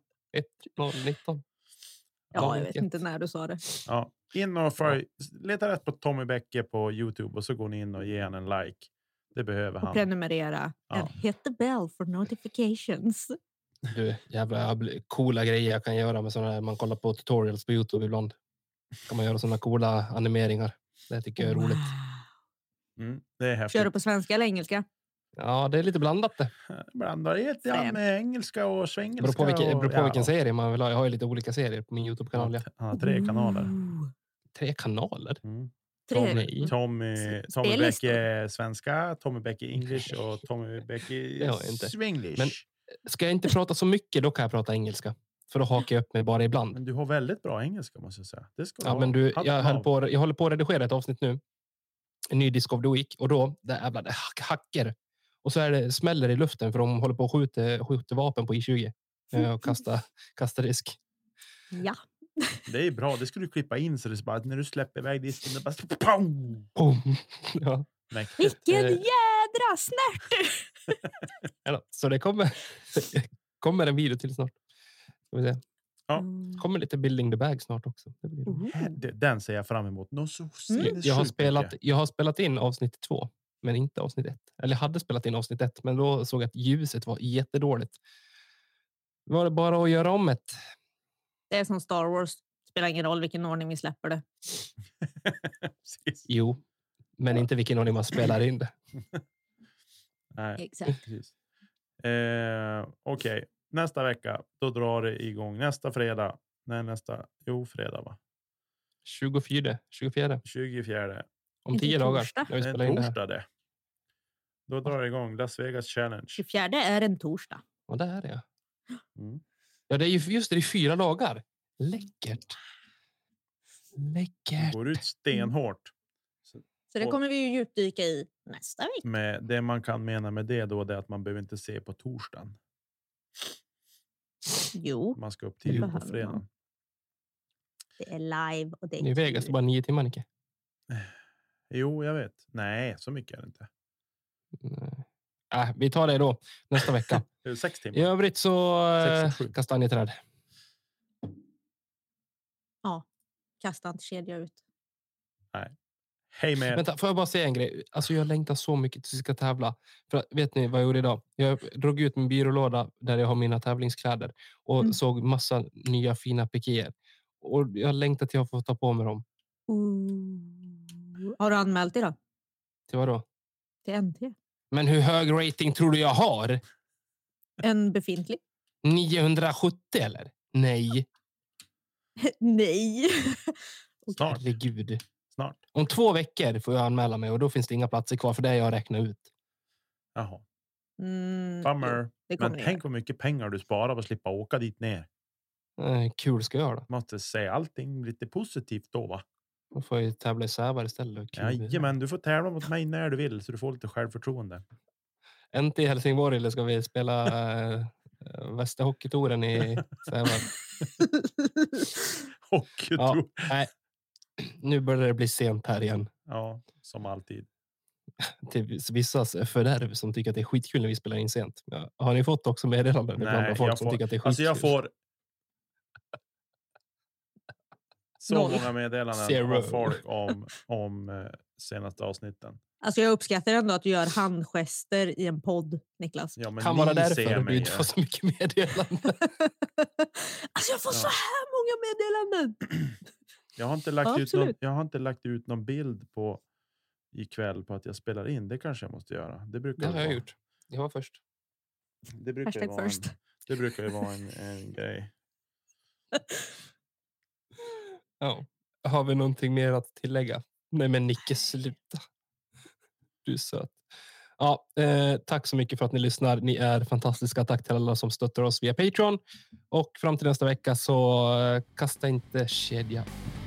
1-0-19. Ja, jag vet inte när du sa det. Ja, in och leta rätt på Tommy Bäcke på YouTube och så går ni in och ger han en like. Det behöver han. Och prenumerera. Ja. And hit the bell for notifications. Du, jävla coola grejer jag kan göra med sådana här. Man kollar på tutorials på YouTube ibland. Kan man göra sådana coola animeringar. Det tycker jag är roligt. Det är häftigt. Kör du på svenska eller engelska? Ja, det är lite blandat det. Blandar lite grann med engelska och svengelska. Beror på vilken serie man vill ha. Jag har ju lite olika serier på min YouTube-kanal. Ja. Han har 3 kanaler. 3 kanaler? Tommy Bäcke svenska, Tommy Bäcke English och Tommy Bäcke Swenglish. Men ska jag inte prata så mycket, då kan jag prata engelska. För då hakar jag upp mig bara ibland. Men du har väldigt bra engelska, måste jag säga. Det ska men du, jag håller på att redigera ett avsnitt nu. En ny Disc of the Week. Och då, det hacker. Och så är det smäller i luften för de håller på att skjuta vapen på I20. Och kasta risk. Ja. Det är bra, det skulle du klippa in så det är bara när du släpper iväg disken det bara Ja. Vilken jädra snärt! Så det kommer en video till snart. Ska vi se. Ja. Kommer lite Building the Bag snart också. Det blir den ser jag fram emot. Jag har spelat in avsnitt 2, men inte avsnitt 1. Eller hade spelat in avsnitt 1, men då såg jag att ljuset var jättedåligt. Det var bara att göra om ett. Det är som Star Wars. Spelar ingen roll vilken ordning vi släpper det. Jo, men inte vilken ordning man spelar in det. Nej, exakt. Okej. Nästa vecka, då drar det igång. Nästa fredag. Nej, fredag va? 24. Om 10 dagar. Torsdag. Det är torsdag det. Då drar det igång Las Vegas Challenge. 24 är en torsdag. Och det är det. Mm. Ja, det är ju just det, det är 4 dagar. Läckert. Det går ut stenhårt. Så det kommer vi ju djupdyka i nästa vecka. Med det man kan mena med det då, det är att man behöver inte se på torsdagen. Jo, Man ska upp tidigt på behöver fredagen. man. Det är live och det är I Vegas, det är bara 9 timmar, Nicke. Jo, jag vet. Nej, så mycket är det inte. Vi tar det då nästa vecka. Det är 6 timmar. I övrigt så 67. kastanjeträd. Ja, kasta inte kedja ut. Nej. Hej med. Vänta, får jag bara säga en grej? Alltså jag längtar så mycket till att ska tävla. För att, vet ni vad jag gjorde idag? Jag drog ut min byrålåda där jag har mina tävlingskläder. Och såg massa nya fina pikéer. Och jag längtar till att få ta på mig dem. Har du anmält dig då? Till vad då? Till NT? Men hur hög rating tror du jag har? En befintlig? 970 eller? Nej. Nej. Snart. Herregud. Snart. Om 2 veckor får jag anmäla mig och då finns det inga platser kvar för det jag räknar ut. Jaha. Mm, Bummer. det Men kommer tänk vad mycket pengar du sparar på att slippa åka dit ner. Kul ska jag göra. Måste säga allting lite positivt då, va? Då får jag tävla i Sävar istället. Jajamän, du får tävla mot mig när du vill så du får lite självförtroende. Inte i Helsingborg eller ska vi spela Västerhockeytouren i Sävar? Hockeytour. Ja, nej. Nu börjar det bli sent här igen. Ja, som alltid. Till vissas fördärv som tycker att det är skitkul när vi spelar in sent. Ja, har ni fått också meddelanden ibland av folk som tycker att det är skitkul? Alltså jag får så 0. många meddelanden 0. av folk om senaste avsnitten. Alltså jag uppskattar ändå att du gör handgester i en podd, Niklas. Ja, men kan vara ni därför ser du mig, inte får så mycket meddelanden. Alltså jag får så här många meddelanden. Jag har inte lagt ut någon bild på ikväll på att jag spelar in. Det kanske jag måste göra. Det brukar Det har jag gjort. Jag var först. Det brukar ju vara först. det brukar ju vara en grej. Ja. Har vi någonting mer att tillägga? Nej, men Nicke, sluta. Du är söt. Ja, tack så mycket för att ni lyssnar. Ni är fantastiska. Tack till alla som stöttar oss via Patreon. Och fram till nästa vecka så kasta inte kedja.